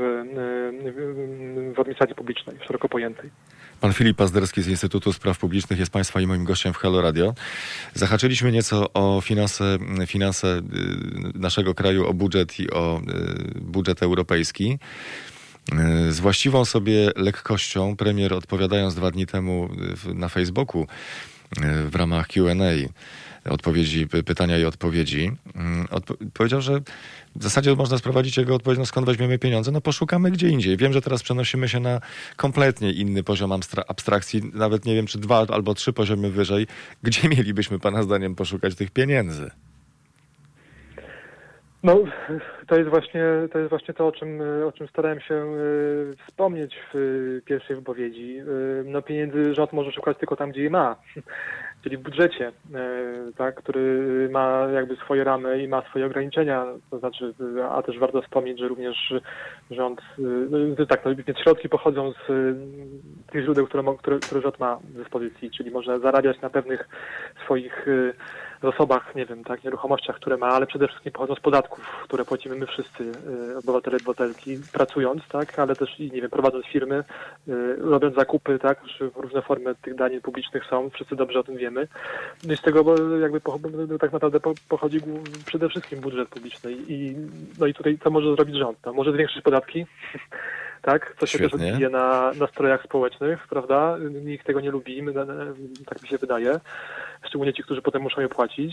w administracji publicznej, szeroko pojętej. Pan Filip Pazderski z Instytutu Spraw Publicznych jest Państwa i moim gościem w Halo Radio. Zahaczyliśmy nieco o finanse naszego kraju, o budżet i o budżet europejski. Z właściwą sobie lekkością premier, odpowiadając 2 dni temu na Facebooku w ramach Q&A, pytania i odpowiedzi, powiedział, że w zasadzie można sprowadzić jego odpowiedź, no skąd weźmiemy pieniądze? No poszukamy gdzie indziej. Wiem, że teraz przenosimy się na kompletnie inny poziom abstrakcji, nawet nie wiem, czy 2 albo 3 poziomy wyżej. Gdzie mielibyśmy pana zdaniem poszukać tych pieniędzy? No, to jest właśnie to, o czym starałem się wspomnieć w pierwszej wypowiedzi. No, pieniędzy rząd może szukać tylko tam, gdzie je ma, czyli w budżecie, tak, który ma jakby swoje ramy i ma swoje ograniczenia. To znaczy, a też warto wspomnieć, że również rząd, więc środki pochodzą z tych źródeł, które rząd ma w dyspozycji, czyli może zarabiać na pewnych swoich zasobach, nie wiem, tak, nieruchomościach, które ma, ale przede wszystkim pochodzą z podatków, które płacimy my wszyscy, obywatele i obywatelki, pracując, tak, ale też i, nie wiem, prowadząc firmy, robiąc zakupy, tak, różne formy tych danin publicznych są, wszyscy dobrze o tym wiemy. No i z tego jakby tak naprawdę pochodzi przede wszystkim budżet publiczny i tutaj co może zrobić rząd? No, może zwiększyć podatki, tak, co się też odbije na nastrojach społecznych, prawda? Nikt tego nie lubi, tak mi się wydaje, szczególnie ci, którzy potem muszą je płacić.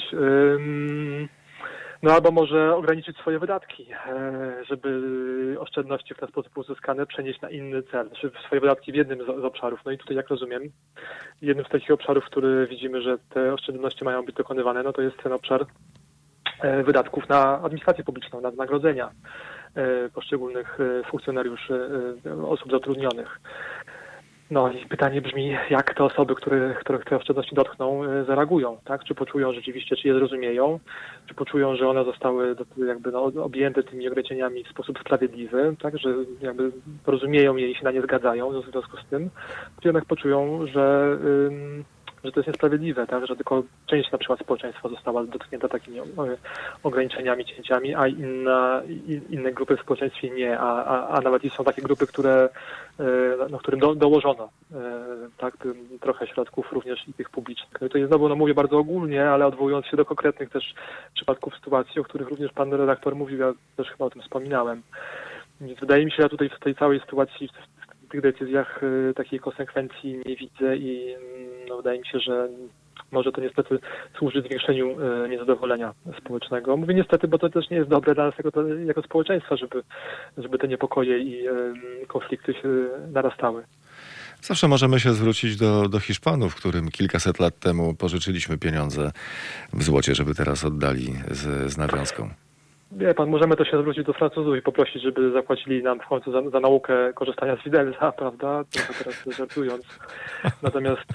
No albo może ograniczyć swoje wydatki, żeby oszczędności w ten sposób uzyskane przenieść na inny cel, czy swoje wydatki w jednym z obszarów. No i tutaj, jak rozumiem, jednym z takich obszarów, który widzimy, że te oszczędności mają być dokonywane, no to jest ten obszar wydatków na administrację publiczną, na wynagrodzenia poszczególnych funkcjonariuszy, osób zatrudnionych. No i pytanie brzmi, jak te osoby, których te oszczędności dotkną, zareagują, tak? Czy poczują rzeczywiście, czy je zrozumieją, czy poczują, że one zostały jakby objęte tymi ograniczeniami w sposób sprawiedliwy, tak? Że jakby rozumieją je i się na nie zgadzają w związku z tym, czy jednak poczują, że to jest niesprawiedliwe, tak? Że tylko część na przykład społeczeństwa została dotknięta takimi ograniczeniami, cięciami, a inne grupy w społeczeństwie nie, a nawet i są takie grupy, którym dołożono tak, trochę środków również i tych publicznych. No i to jest znowu, mówię bardzo ogólnie, ale odwołując się do konkretnych też przypadków sytuacji, o których również pan redaktor mówił, ja też chyba o tym wspominałem. Więc wydaje mi się, że ja tutaj w tej całej sytuacji, w tych decyzjach takiej konsekwencji nie widzę i wydaje mi się, że może to niestety służy zwiększeniu niezadowolenia społecznego. Mówię niestety, bo to też nie jest dobre dla nas jako społeczeństwa, żeby te niepokoje i konflikty się narastały. Zawsze możemy się zwrócić do Hiszpanów, którym kilkaset lat temu pożyczyliśmy pieniądze w złocie, żeby teraz oddali z nawiązką. Wie pan, możemy też się zwrócić do Francuzów i poprosić, żeby zapłacili nam w końcu za naukę korzystania z widelca, prawda? Trochę teraz żartując. Natomiast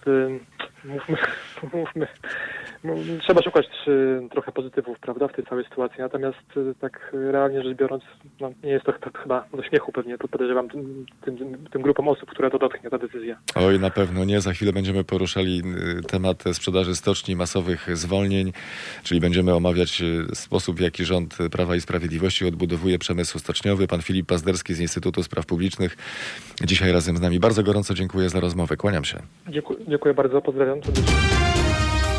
mówmy, trzeba szukać trochę pozytywów, prawda, w tej całej sytuacji. Natomiast tak realnie rzecz biorąc, nie jest to chyba do śmiechu pewnie, podejrzewam tym grupom osób, które to dotknie, ta decyzja. Oj, na pewno nie. Za chwilę będziemy poruszali temat sprzedaży stoczni, masowych zwolnień, czyli będziemy omawiać sposób, w jaki rząd Prawa i Sprawiedliwości odbudowuje przemysł stoczniowy. Pan Filip Pazderski z Instytutu Spraw Publicznych dzisiaj razem z nami. Bardzo gorąco dziękuję za rozmowę. Kłaniam się. Dziękuję bardzo. Pozdrawiam.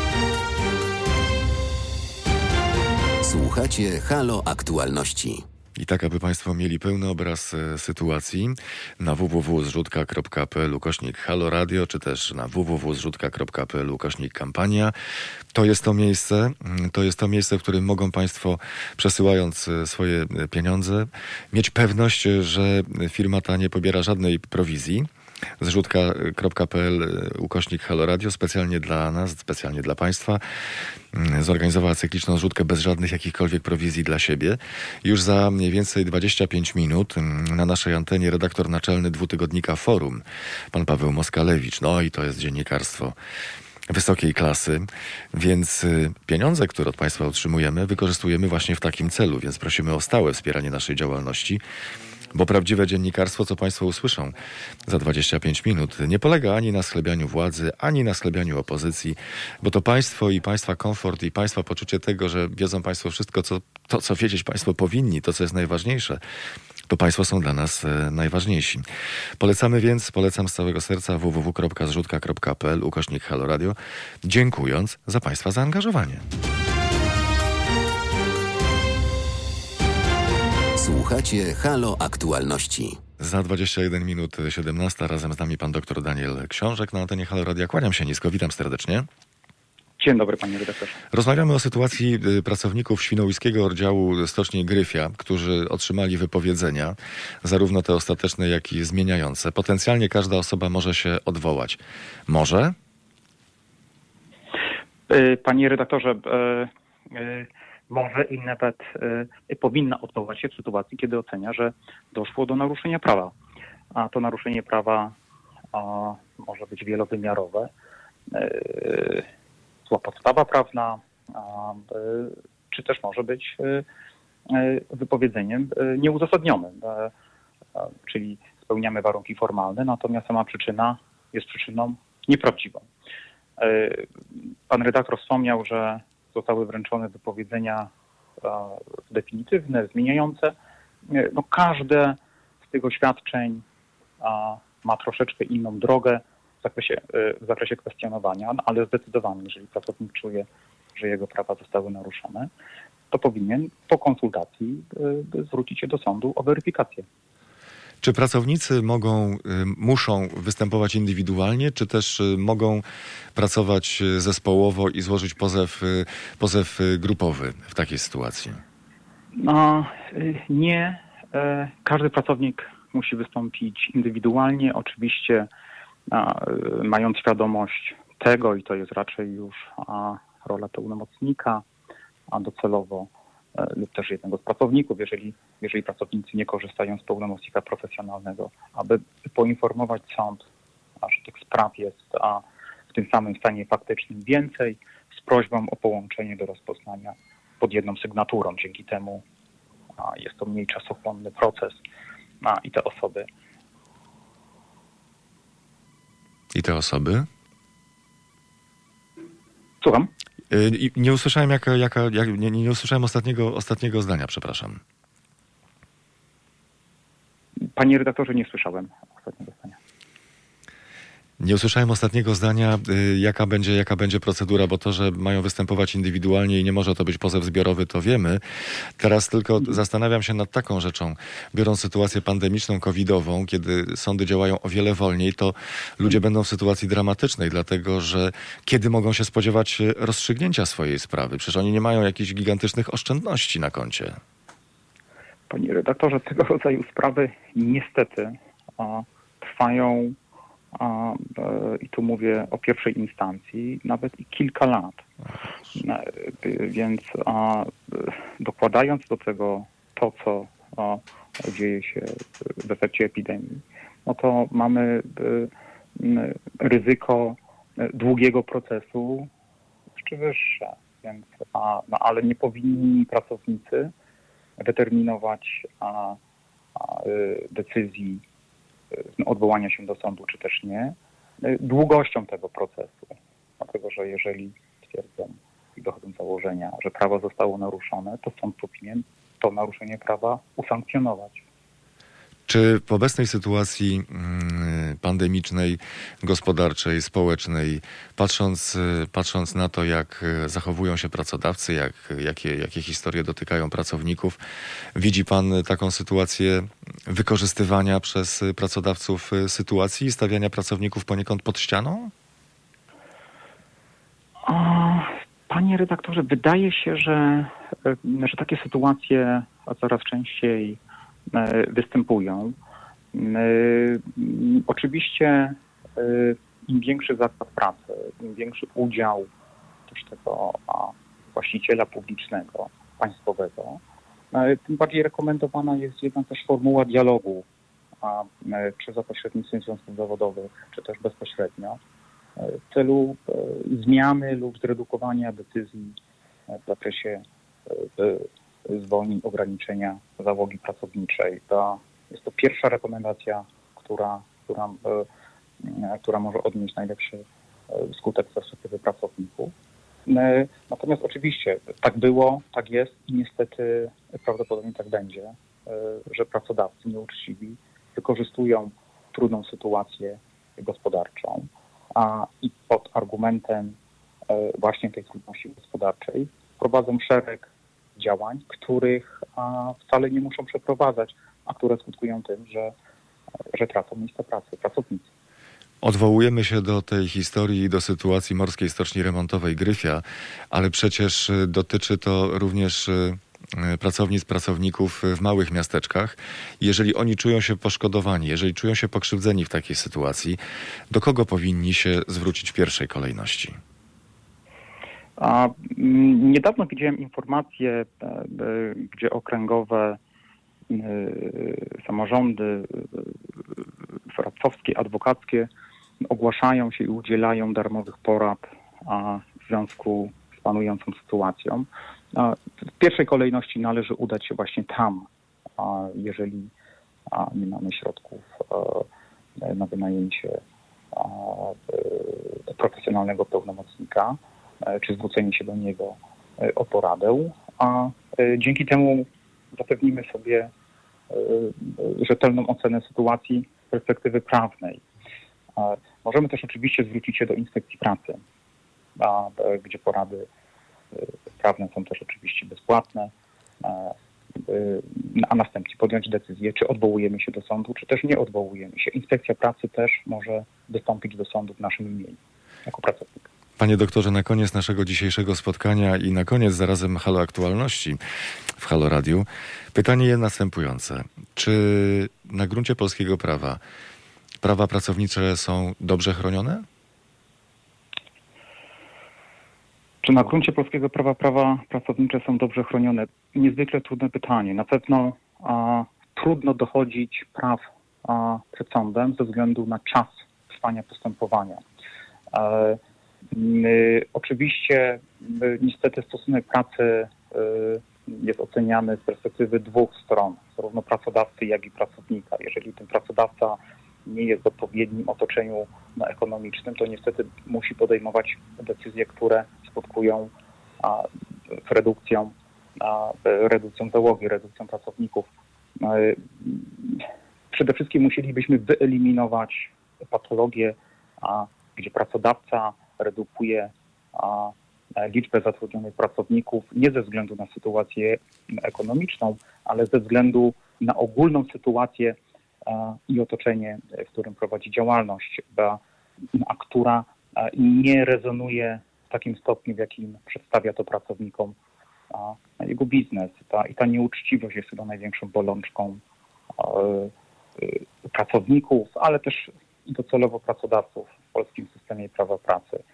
Słuchacie Halo Aktualności. I tak, aby Państwo mieli pełny obraz sytuacji, na www.zrzutka.pl/Halo Radio, czy też na www.zrzutka.pl/kampania. To jest to miejsce, w którym mogą Państwo, przesyłając swoje pieniądze, mieć pewność, że firma ta nie pobiera żadnej prowizji. Zrzutka.pl/Halo Radio specjalnie dla nas, specjalnie dla Państwa zorganizowała cykliczną zrzutkę bez żadnych jakichkolwiek prowizji dla siebie. Już za mniej więcej 25 minut na naszej antenie redaktor naczelny dwutygodnika Forum, pan Paweł Moskalewicz. No i to jest dziennikarstwo wysokiej klasy, więc pieniądze, które od Państwa otrzymujemy, wykorzystujemy właśnie w takim celu, więc prosimy o stałe wspieranie naszej działalności. Bo prawdziwe dziennikarstwo, co Państwo usłyszą za 25 minut, nie polega ani na schlebianiu władzy, ani na schlebianiu opozycji, bo to państwo i Państwa komfort i Państwa poczucie tego, że wiedzą Państwo wszystko, co wiedzieć Państwo powinni, to co jest najważniejsze, to Państwo są dla nas najważniejsi. Polecam z całego serca www.zrzutka.pl/Halo Radio, dziękując za Państwa zaangażowanie. Słuchacie Halo Aktualności. Za 21 minut 17 razem z nami pan dr Daniel Książek na antenie Halo Radia. Kłaniam się nisko, witam serdecznie. Dzień dobry, panie redaktorze. Rozmawiamy o sytuacji pracowników Świnoujskiego Oddziału Stoczni Gryfia, którzy otrzymali wypowiedzenia, zarówno te ostateczne, jak i zmieniające. Potencjalnie każda osoba może się odwołać. Może? Panie redaktorze, może i nawet powinna odwołać się w sytuacji, kiedy ocenia, że doszło do naruszenia prawa. A to naruszenie prawa może być wielowymiarowe. Zła podstawa prawna, czy też może być wypowiedzeniem nieuzasadnionym. Czyli spełniamy warunki formalne, natomiast sama przyczyna jest przyczyną nieprawdziwą. Pan redaktor wspomniał, że zostały wręczone wypowiedzenia definitywne, zmieniające. No, każde z tych oświadczeń ma troszeczkę inną drogę w zakresie kwestionowania, ale zdecydowanie, jeżeli pracownik czuje, że jego prawa zostały naruszone, to powinien po konsultacji zwrócić się do sądu o weryfikację. Czy pracownicy muszą występować indywidualnie, czy też mogą pracować zespołowo i złożyć pozew grupowy w takiej sytuacji? No, nie. Każdy pracownik musi wystąpić indywidualnie, oczywiście mając świadomość tego, i to jest raczej już rola pełnomocnika, a docelowo lub też jednego z pracowników, jeżeli pracownicy nie korzystają z pełnomocnika profesjonalnego, aby poinformować sąd, że tych spraw jest w tym samym stanie faktycznym więcej, z prośbą o połączenie do rozpoznania pod jedną sygnaturą. Dzięki temu jest to mniej czasochłonny proces i te osoby. Słucham? Nie usłyszałem nie usłyszałem ostatniego zdania, przepraszam. Panie redaktorze, nie słyszałem ostatniego zdania. Nie usłyszałem ostatniego zdania, jaka będzie procedura, bo to, że mają występować indywidualnie i nie może to być pozew zbiorowy, to wiemy. Teraz tylko zastanawiam się nad taką rzeczą. Biorąc sytuację pandemiczną, covidową, kiedy sądy działają o wiele wolniej, to ludzie będą w sytuacji dramatycznej, dlatego że kiedy mogą się spodziewać rozstrzygnięcia swojej sprawy? Przecież oni nie mają jakichś gigantycznych oszczędności na koncie. Panie redaktorze, tego rodzaju sprawy niestety trwają, i tu mówię o pierwszej instancji, nawet i kilka lat. Więc dokładając do tego to, co dzieje się w efekcie epidemii, no to mamy ryzyko długiego procesu jeszcze wyższe. Więc, ale nie powinni pracownicy determinować decyzji odwołania się do sądu, czy też nie, długością tego procesu. Dlatego, że jeżeli twierdzą i dochodzą założenia, że prawo zostało naruszone, to sąd powinien to naruszenie prawa usankcjonować. Czy w obecnej sytuacji pandemicznej, gospodarczej, społecznej, patrząc na to, jak zachowują się pracodawcy, jakie historie dotykają pracowników, widzi pan taką sytuację wykorzystywania przez pracodawców sytuacji i stawiania pracowników poniekąd pod ścianą? Panie redaktorze, wydaje się, że takie sytuacje coraz częściej występują. Oczywiście im większy zakład pracy, im większy udział też tego właściciela publicznego, państwowego, tym bardziej rekomendowana jest jednak też formuła dialogu, czy za pośrednictwem związków zawodowych, czy też bezpośrednio, w celu zmiany lub zredukowania decyzji w zakresie zwolnień, ograniczenia załogi pracowniczej. Jest to pierwsza rekomendacja, która może odnieść najlepszy skutek z perspektywy pracowników. Natomiast oczywiście tak było, tak jest i niestety prawdopodobnie tak będzie, że pracodawcy nieuczciwi wykorzystują trudną sytuację gospodarczą i pod argumentem właśnie tej trudności gospodarczej prowadzą szereg działań, których wcale nie muszą przeprowadzać, a które skutkują tym, że tracą miejsca pracy pracownicy. Odwołujemy się do tej historii i do sytuacji Morskiej Stoczni Remontowej Gryfia, ale przecież dotyczy to również pracownic, pracowników w małych miasteczkach. Jeżeli oni czują się poszkodowani, jeżeli czują się pokrzywdzeni w takiej sytuacji, do kogo powinni się zwrócić w pierwszej kolejności? Niedawno widziałem informacje, gdzie okręgowe samorządy radcowskie, adwokackie ogłaszają się i udzielają darmowych porad w związku z panującą sytuacją. W pierwszej kolejności należy udać się właśnie tam, jeżeli nie mamy środków na wynajęcie profesjonalnego pełnomocnika, czy zwrócenie się do niego o poradę, a dzięki temu zapewnimy sobie rzetelną ocenę sytuacji z perspektywy prawnej. Możemy też oczywiście zwrócić się do Inspekcji Pracy, gdzie porady prawne są też oczywiście bezpłatne, a następnie podjąć decyzję, czy odwołujemy się do sądu, czy też nie odwołujemy się. Inspekcja Pracy też może wystąpić do sądu w naszym imieniu jako pracownik. Panie doktorze, na koniec naszego dzisiejszego spotkania i na koniec zarazem Halo Aktualności w Halo Radiu pytanie jest następujące. Czy na gruncie polskiego prawa pracownicze są dobrze chronione? Czy na gruncie polskiego prawa pracownicze są dobrze chronione? Niezwykle trudne pytanie. Na pewno trudno dochodzić praw przed sądem ze względu na czas trwania postępowania. Oczywiście niestety stosunek pracy jest oceniany z perspektywy dwóch stron, zarówno pracodawcy, jak i pracownika. Jeżeli ten pracodawca nie jest w odpowiednim otoczeniu ekonomicznym, to niestety musi podejmować decyzje, które skutkują redukcją załogi, redukcją pracowników. Przede wszystkim musielibyśmy wyeliminować patologię, gdzie pracodawca redukuje liczbę zatrudnionych pracowników nie ze względu na sytuację ekonomiczną, ale ze względu na ogólną sytuację i otoczenie, w którym prowadzi działalność, a która nie rezonuje w takim stopniu, w jakim przedstawia to pracownikom jego biznes. Ta nieuczciwość jest chyba największą bolączką pracowników, ale też i docelowo pracodawców w polskim systemie prawa pracy.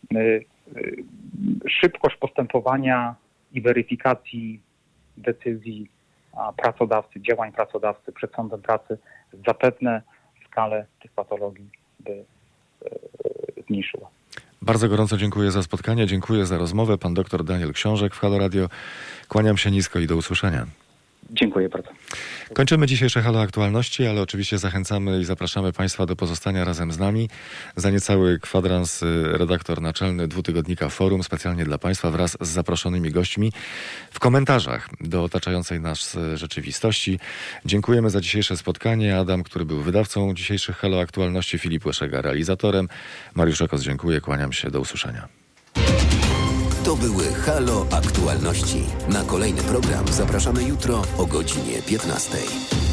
Szybkość postępowania i weryfikacji decyzji pracodawcy, działań pracodawcy przed sądem pracy zapewne skalę tych patologii by zmniejszyła. Bardzo gorąco dziękuję za spotkanie, dziękuję za rozmowę. Pan dr Daniel Książek w Halo Radio. Kłaniam się nisko i do usłyszenia. Dziękuję bardzo. Kończymy dzisiejsze Halo Aktualności, ale oczywiście zachęcamy i zapraszamy Państwa do pozostania razem z nami. Za niecały kwadrans redaktor naczelny dwutygodnika Forum specjalnie dla Państwa wraz z zaproszonymi gośćmi w komentarzach do otaczającej nas rzeczywistości. Dziękujemy za dzisiejsze spotkanie. Adam, który był wydawcą dzisiejszych Halo Aktualności, Filip Łeszega realizatorem. Mariusz Okos, dziękuję, kłaniam się, do usłyszenia. To były Halo Aktualności. Na kolejny program zapraszamy jutro o godzinie 15.